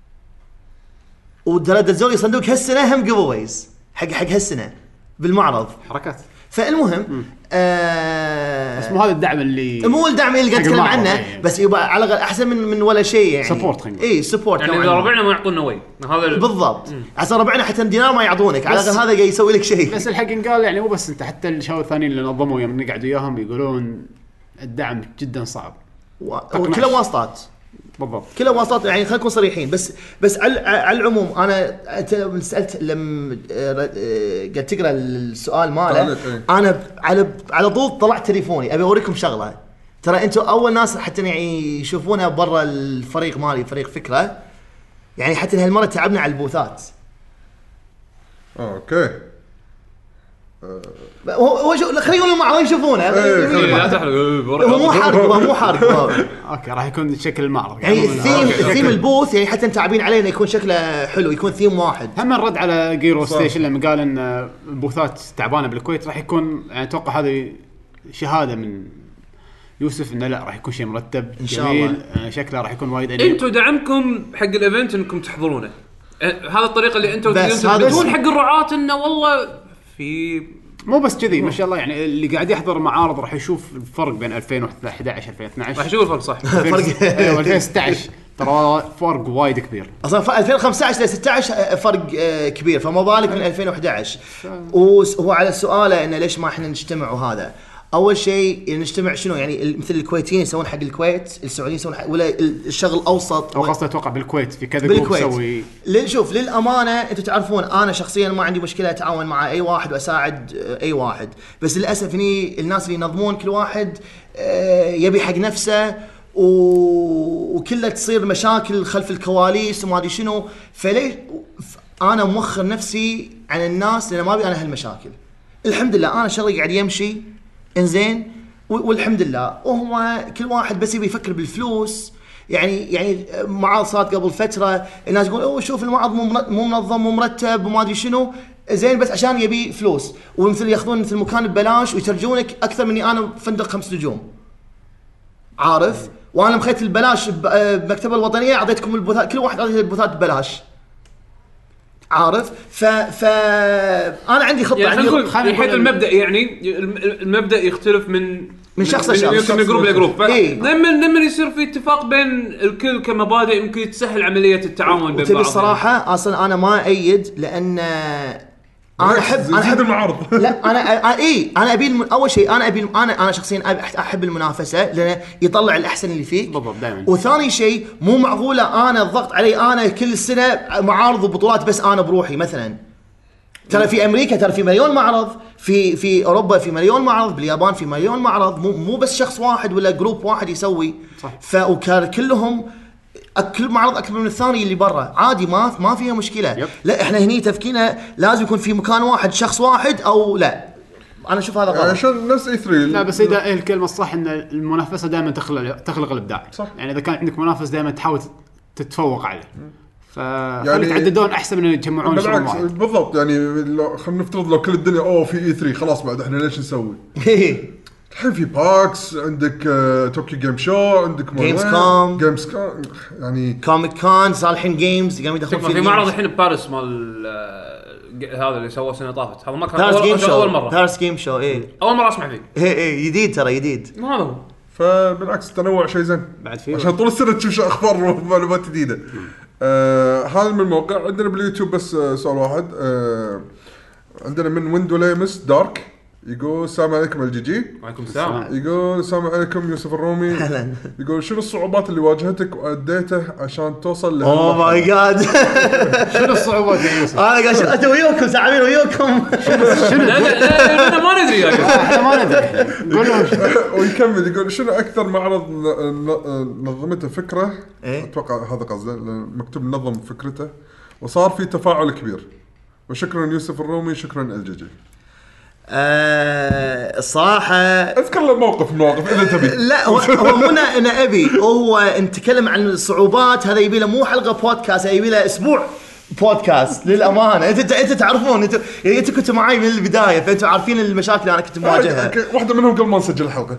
ودرد الزولي صندوق هالسنه هم جيفويز حق هالسنه بالمعرض حركات. فالمهم بس مو هذا الدعم اللي مو الدعم اللي قاعد اتكلم عنه يعني. بس يبقى على الاقل احسن من ولا شيء يعني سبورت. اي سبورت يعني اذا ربعنا ما يعطونا وي هذا بالضبط. عشان ربعنا حتى دينار ما يعطونك على الاقل هذا قاعد يسوي لك شيء. بس الحق قال يعني مو بس انت حتى الشباب الثانيين اللي نظموا يوم نقعد وياهم يقولون الدعم جدا صعب وكله واسطات. بالضبط كلها واسطات يعني خلينا نكون صريحين. بس على العموم انا سالت لما قاعد تقرا السؤال ماله انا على طول طلعت تليفوني ابي اوريكم شغله ترى انتم اول ناس حتى يعني يشوفونها برا الفريق مالي فريق فكره، يعني حتى هالمره تعبنا على البوثات. اوكي هو خلينا نقول معرض يشوفونه لا تحرق هو مو حرق اوكي راح يكون شكل المعرض يعني الثيم البوث يعني حتى متعبين علينا يكون شكله حلو يكون ثيم واحد. هم الرد على جيرو ستيشن لما قال ان البوثات تعبانه بالكويت راح يكون يعني اتوقع هذه شهاده من يوسف انه لا راح يكون شيء مرتب إن شاء جميل شكله راح يكون وايد انتم دعمكم حق الايفنت انكم تحضرونه هذا الطريقه اللي انتم بدون حق الرعاة انه والله في مو بس كذي ما شاء الله يعني اللي قاعد يحضر معارض راح يشوف الفرق بين 2011 2012 راح يشوف الفرق صح فرق 2016 ترى فرق وايد كبير اصلا 2015 ل 16 فرق كبير فما بالك من 2011. وهو على سؤاله انه ليش ما احنا نجتمع وهذا اول شيء نجتمع شنو يعني مثل الكويتيين يسوون حق الكويت السعوديين يسوون حق ولا الشغل الاوسط او خاصه اتوقع بالكويت في كذا جروب يسوي شوف للامانه انتم تعرفون انا شخصيا ما عندي مشكله اتعاون مع اي واحد واساعد اي واحد بس للاسف هني الناس اللي ينظمون كل واحد يبي حق نفسه وكلها تصير مشاكل خلف الكواليس وما ادري شنو فليش انا موخر نفسي عن الناس لان ما ابي انا هالمشاكل. الحمد لله انا شغلي قاعد يمشي انزين والحمد لله وهم كل واحد بس يبي يفكر بالفلوس. يعني معارض صارت قبل فتره الناس يقول اوه شوف المعرض مو منظم مو مرتب وما ادري شنو زين بس عشان يبي فلوس ومثل ياخذون مثل مكان ببلاش ويترجونك اكثر مني انا فندق 5 نجوم عارف وانا مخيت البلاش بمكتبه الوطنيه اعطيتكم البوثات كل واحد اعطيته البوثات ببلاش عارف انا عندي خطه يعني خلينا نقول المبدا يعني المبدا يختلف من شخص لشخص من جروب لجروب لما يصير في اتفاق بين الكل كمبادئ يمكن تسهل عمليه التعاون بين بعض. الصراحه اصلا انا ما ايد لان انا احب المعارض لا انا ابي اول شيء انا شخصيا احب المنافسه لان يطلع الاحسن اللي فيك بالضبط دائما. وثاني شيء مو معقوله انا الضغط علي انا كل سنه معارض وبطولات بس انا بروحي مثلا ترى في امريكا ترى في مليون معرض في اوروبا في مليون معرض باليابان في مليون معرض مو بس شخص واحد ولا جروب واحد يسوي وكان كلهم كل معرض اكبر من الثاني اللي برا عادي ما فيها مشكله. لا احنا هني تفكيرنا لازم يكون في مكان واحد شخص واحد او لا انا اشوف هذا غلط عشان نفس E3 لا بس اذا الكلمه الصح ان المنافسه دائما تخلق الابداع صح. يعني اذا كان عندك منافس دائما تحاول تتفوق عليه فخلي يعني تعددون احسن من يجمعون شغل واحد بالضبط. يعني خلينا نفترض لو كل الدنيا في E3 خلاص بعد احنا ليش نسوي الحين في باكس عندك توكيو جيم شو عندك جيمز كوم يعني كوميك كون صالحين جيمز قاعد يدخلون في معرض الحين بباريس مال هذا اللي سواه السنه طافت هذا ما كان اول مره باريس جيم شو اول مره اسمع فيه جديد ترى جديد ما هذا فبالعكس التنوع شيء زين بعد فيه عشان طول السنه تشوف اخبار ومعلومات جديده. هذا من الموقع عندنا باليوتيوب بس سؤال واحد عندنا من ويندو ليمس دارك يقول السلام عليكم الجي وعليكم السلام. يقول السلام عليكم يوسف الرومي اهلا. يقول شنو الصعوبات اللي واجهتك واديته عشان توصل اوه ماي جاد شنو الصعوبات يا يوسف انا قاعد انت وياكم ساعمين وياكم شنو لا ما ندري احنا ما ندري قول له ويكمل يقول شنو اكثر معرض نظمته فكره اتوقع هذا قصده مكتوب نظم فكرته وصار في تفاعل كبير وشكرا يوسف الرومي شكرا الجي. الصراحة اذكر له موقف إذا تبي لا هو مو أنا أبي هو نتكلم عن الصعوبات هذا يبي له مو حلقة بودكاست يبي له أسبوع بودكاست للأمانة. أنت تعرفون أنت كنتوا معي من البداية فأنتوا عارفين المشاكل اللي أنا كنت مواجهها واحدة منهم قبل ما نسجل الحلقة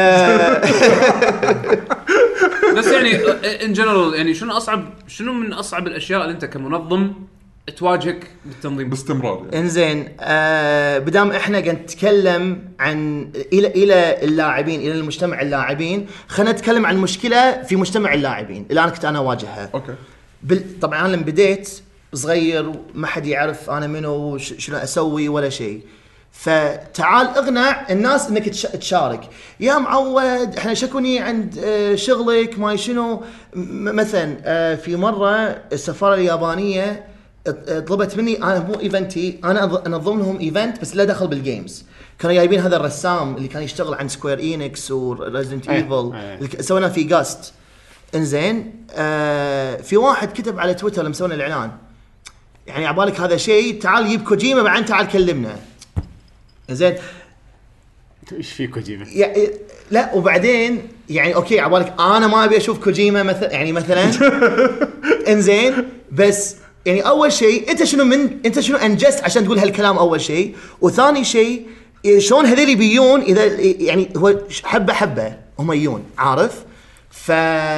بس يعني in general يعني شنو من أصعب الأشياء اللي أنت كمنظم تواجهك بالتنظيم باستمرار يعني. انزين بدام احنا قاعد نتكلم عن الى اللاعبين الى المجتمع اللاعبين خلينا نتكلم عن مشكله في مجتمع اللاعبين اللي انا كنت اواجهها. اوكي طبعا انا لما بديت صغير ما حد يعرف انا منو شنو اسوي ولا شيء فتعال اقنع الناس انك تشارك يا معود احنا شكوني عند شغلك ما شنو مثلا في مره السفاره اليابانيه طلبت مني انا مو ايفنتي، انا انظم لهم ايفنت بس لا دخل بالجيمز. كانوا جايبين هذا الرسام اللي كان يشتغل عن سكوير إينكس وريزيدنت ايفل، سوينا في جاست. انزين في واحد كتب على تويتر لما سوينا الاعلان، يعني عبالك هذا شيء، تعال جيب كوجيما بعدين تعال كلمنا. زين ايش في كوجيما؟ يعني لا وبعدين يعني اوكي عبالك انا ما ابي اشوف كوجيما مثلا انزين بس يعني اول شيء انت شنو انجزت عشان تقول هالكلام اول شيء، وثاني شيء شلون هذول بيون اذا يعني هو حبه هم يجون عارف. ف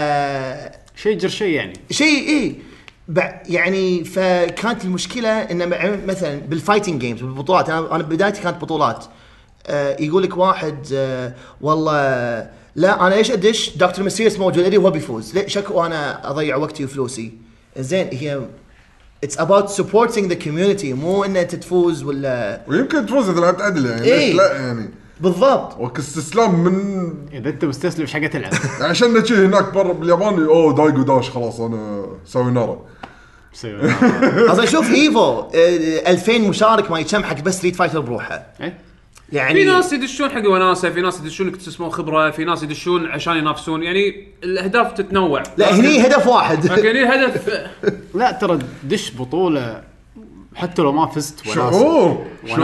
شيء جر شيء يعني شيء يعني فكانت المشكله ان مثلا بالفايتنج جيمز بالبطولات، انا بدايتي كانت بطولات، يقول لك واحد والله لا انا ايش ادش دكتور ميستيريوس موجود ادري وهو بيفوز، ليش شكو انا اضيع وقتي وفلوسي. زين هي it's about supporting the community، مو ان انت تفوز ولا ويمكن تفوز اذا لعبت عدل يعني إيه؟ لا يعني بالضبط واستسلام من اذا انت مستسلم ايش حاجه تلعب عشان نجي هناك برا بالياباني دايجو داش خلاص انا سوي نارا اصلا شوف ايفو 2000 مشارك ما يتشمحك بس ستريت فايتر بروحه يعني في ناس يدشون حق وناسه، في ناس يدشون اكتسبون خبره، في ناس يدشون عشان ينافسون، يعني الاهداف تتنوع. لا هني هدف واحد لكن هدف لا ترى دش بطوله حتى لو ما فزت شعور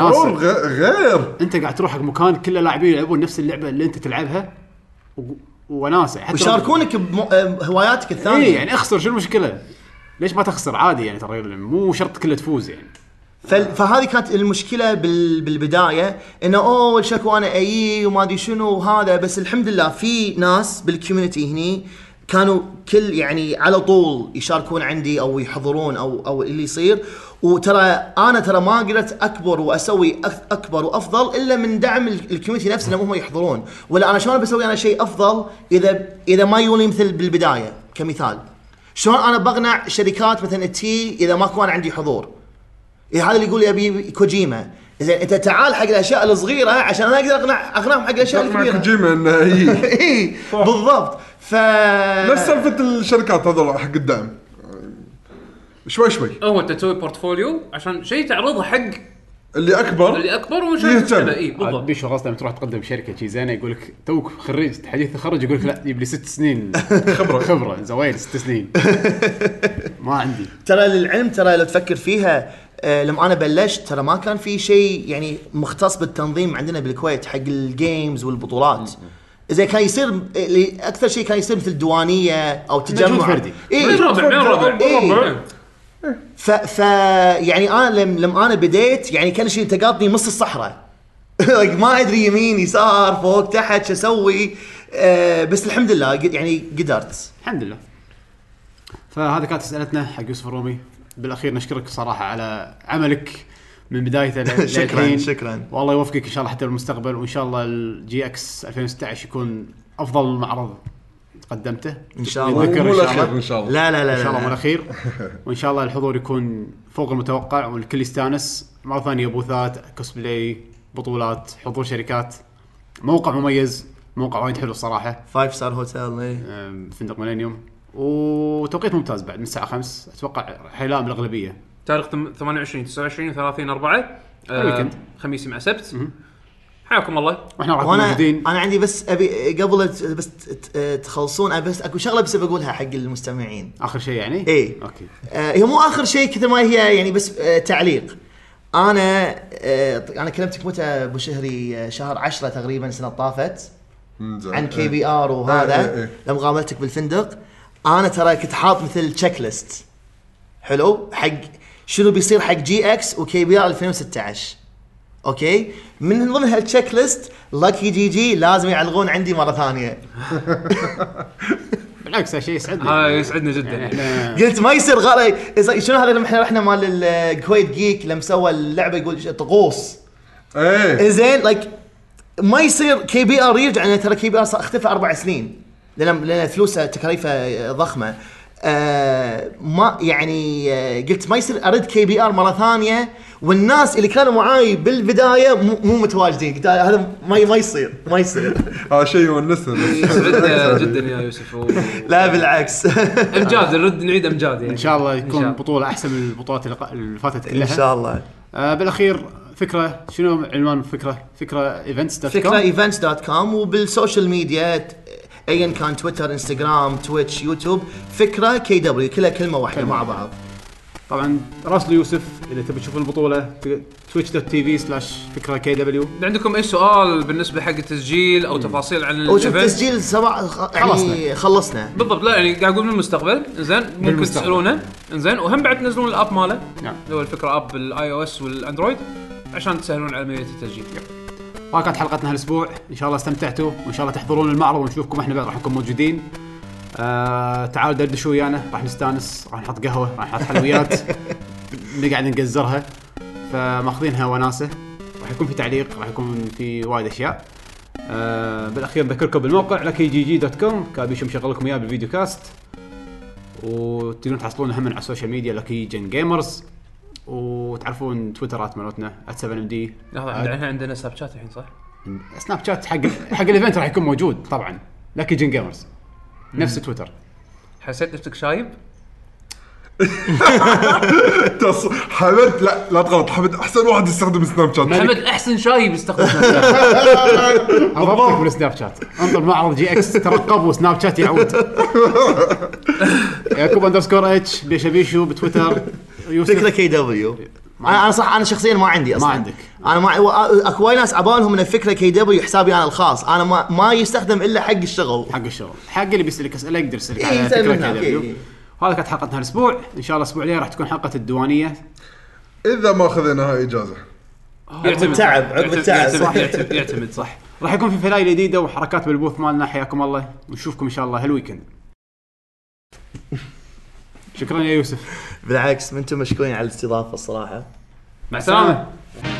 غير انت قاعد تروح حق مكان كله لاعبين يلعبون نفس اللعبه اللي انت تلعبها وناسه حتى ويشاركونك بهواياتك الثانيه. ايه يعني اخسر شو المشكله؟ ليش ما تخسر عادي يعني، ترى مو شرط كله تفوز يعني. فهذه كانت المشكله بالبدايه انه اول شكو انا وما ادري شنو وهذا، بس الحمد لله في ناس بالكوميونتي هني كانوا كل يعني على طول يشاركون عندي او يحضرون او اللي يصير. وترى انا ما قدرت اكبر واسوي اكبر وافضل الا من دعم الكوميونتي نفسه، انهم هم يحضرون. ولا انا شلون بسوي انا شيء افضل اذا ما يجوني مثل بالبدايه كمثال؟ شلون انا بقنع شركات مثلا التي اذا ما كان عندي حضور؟ هذا اللي يقول لي ابي كوجيما، اذا انت تعال حق الاشياء الصغيره عشان انا اقدر اقنعهم حق الاشياء الكبيره. كوجيما انه اي بالضبط. نفس سالفه الشركات هذول حق الدعم شوي هو انت تسوي بورتفوليو عشان شيء تعرضه حق اللي اكبر ومش كذا. اي بالضبط. بيشو خلاص لما تروح تقدم شركه شي زينه يقول لك توك خريج حديث تخرج، يقول لك لا جيب لي 6 سنين خبره زوايد 6 سنين ما عندي. ترى للعلم ترى لو تفكر فيها لما انا بلشت ترى ما كان في شيء يعني مختص بالتنظيم عندنا بالكويت حق الجيمز والبطولات. اذا كان يصير اكثر شيء كان يصير مثل ديوانيه او تجمع فردي. اي ربع ف يعني انا لما انا بديت يعني كان شيء تقاطني نص الصحراء ما ادري يمين يسار فوق تحت شو اسوي. بس الحمد لله يعني قدرت الحمد لله. فهذا كانت اسئلتنا حق يوسف الرومي. بالاخير نشكرك صراحه على عملك من بدايته للحين. شكرا والله يوفقك ان شاء الله حتى بالمستقبل، وان شاء الله الجي اكس 2016 يكون افضل معرض قدمته ان شاء الله. مو الاخير ان شاء الله. لا ان شاء الله مو الاخير. وان شاء الله الحضور يكون فوق المتوقع والكل يستانس. مره ثانيه بوثات كوسبلاي بطولات حضور شركات. موقع مميز، موقع وايد حلو الصراحه. 5 ستار هوتيل فندق ميلينيوم، وتوقيت ممتاز بعد من الساعه 5 اتوقع حيلام بالاغلبيه. تاريخ 28 29 30 4 خميس مع سبت. حياكم الله. واحنا راح موجودين. انا عندي بس ابي قبل بس تخلصون بس اكو شغله بس بقولها حق المستمعين اخر شيء يعني. ايه اوكي. هي مو اخر شيء كثر ما هي يعني بس تعليق. انا كلمتك متى ابو شهري؟ شهر 10 تقريبا السنه طافت عن كي بي ار وهذا لما قابلتك بالفندق. انا ترى كنت حاط مثل تشيك ليست حلو حق شنو بيصير حق جي اكس وكي بي ار 2016. اوكي من ضمن هالتشيك ليست لاكي جي لازم يعلقون عندي مره ثانيه. بالعكس شيء يسعدنا. يسعدنا جدا. يعني قلت ما يصير غلط. شنو هذا لما احنا رحنا مال الكويت جيك لما سوى اللعبه يقول طقوس. ايه زين لايك ما يصير كي بي ار يرجع. انا ترى كي بي ار اختفى 4 سنين لان فلوسه تكاليفه ضخمه. ما يعني قلت ما يصير ارد KBR مره ثانيه والناس اللي كانوا معاي بالبدايه مو متواجدين. قلت هذا ما يصير هذا شيء يونسنا يسعدنا جدا يا يوسف لا بالعكس امجاد نرد نعيد امجاد يعني ان شاء الله يكون بطوله احسن من البطولات اللي فاتت كلها ان شاء الله. بالاخير فكره شنو عنوان فكره events.com وبالسوشيال ميديا ايا كان تويتر انستغرام تويتش يوتيوب فكره KW كلها كلمه واحده مع بعض. طبعا راسل يوسف اذا تبي تشوف البطوله twitch.tv/فكره KW. اذا عندكم اي سؤال بالنسبه حق التسجيل او تفاصيل عن الايفنت التسجيل يعني خلصنا بالضبط. لا يعني قاعد اقول من المستقبل زين ممكن تسالونه زين وهم بعد تنزلون الاب ماله اللي هو الفكره اب بالاي او اس والاندرويد عشان تسهلون عمليه التسجيل. كانت حلقتنا هالاسبوع ان شاء الله استمتعتوا وان شاء الله تحضرون المعرض ونشوفكم احنا بعد راح نكون موجودين. تعالوا دردشوا ويانا راح نستانس راح نحط قهوه راح نحط حلويات نقعد نقزرها فماخذينها وناسه. راح يكون في تعليق راح يكون في وايد اشياء. بالاخير بذكركم بالموقع luckygg.com كابي شو مشغل لكم اياه بالفيديو كاست وتقدرون تحصلونه هم على السوشيال ميديا lucky gen gamers وتعرفون تويترات مالتنا @7md. عندنا سناب شات الحين صح؟ سناب شات حق الايفنت راح يكون موجود طبعا lucky gen gamers نفس تويتر. حسيت نفسك شايب؟ حمد لا تغلط. حمد احسن واحد يستخدم سناب شات. حمد احسن شايب يستخدم سناب شات. اضبطك بالسناب شات. انظر معرض GX ترقبوا سناب شات يعود. يعقوب _H بيشو بتويتر. فكره KW. انا صح انا شخصيا ما عندي اصلا. ما عندك. انا ما اكو وايد ناس عبالهم من الفكره KW حسابي انا الخاص. انا ما يستخدم الا حق الشغل. حق اللي بيسالك اسئله يقدر يسالك على فكره KW. هذا كانت حلقتنا هالاسبوع. ان شاء الله الاسبوع الجاي راح تكون حلقه الديوانيه اذا ما اخذناها اجازه. عقب التعب يعتمد صح. راح يكون في فلاي جديده وحركات بالبوث مالنا. حياكم الله ونشوفكم ان شاء الله هالويكند. شكرا يا يوسف. بالعكس انتم مشكورين على الاستضافه الصراحه. مع السلامه.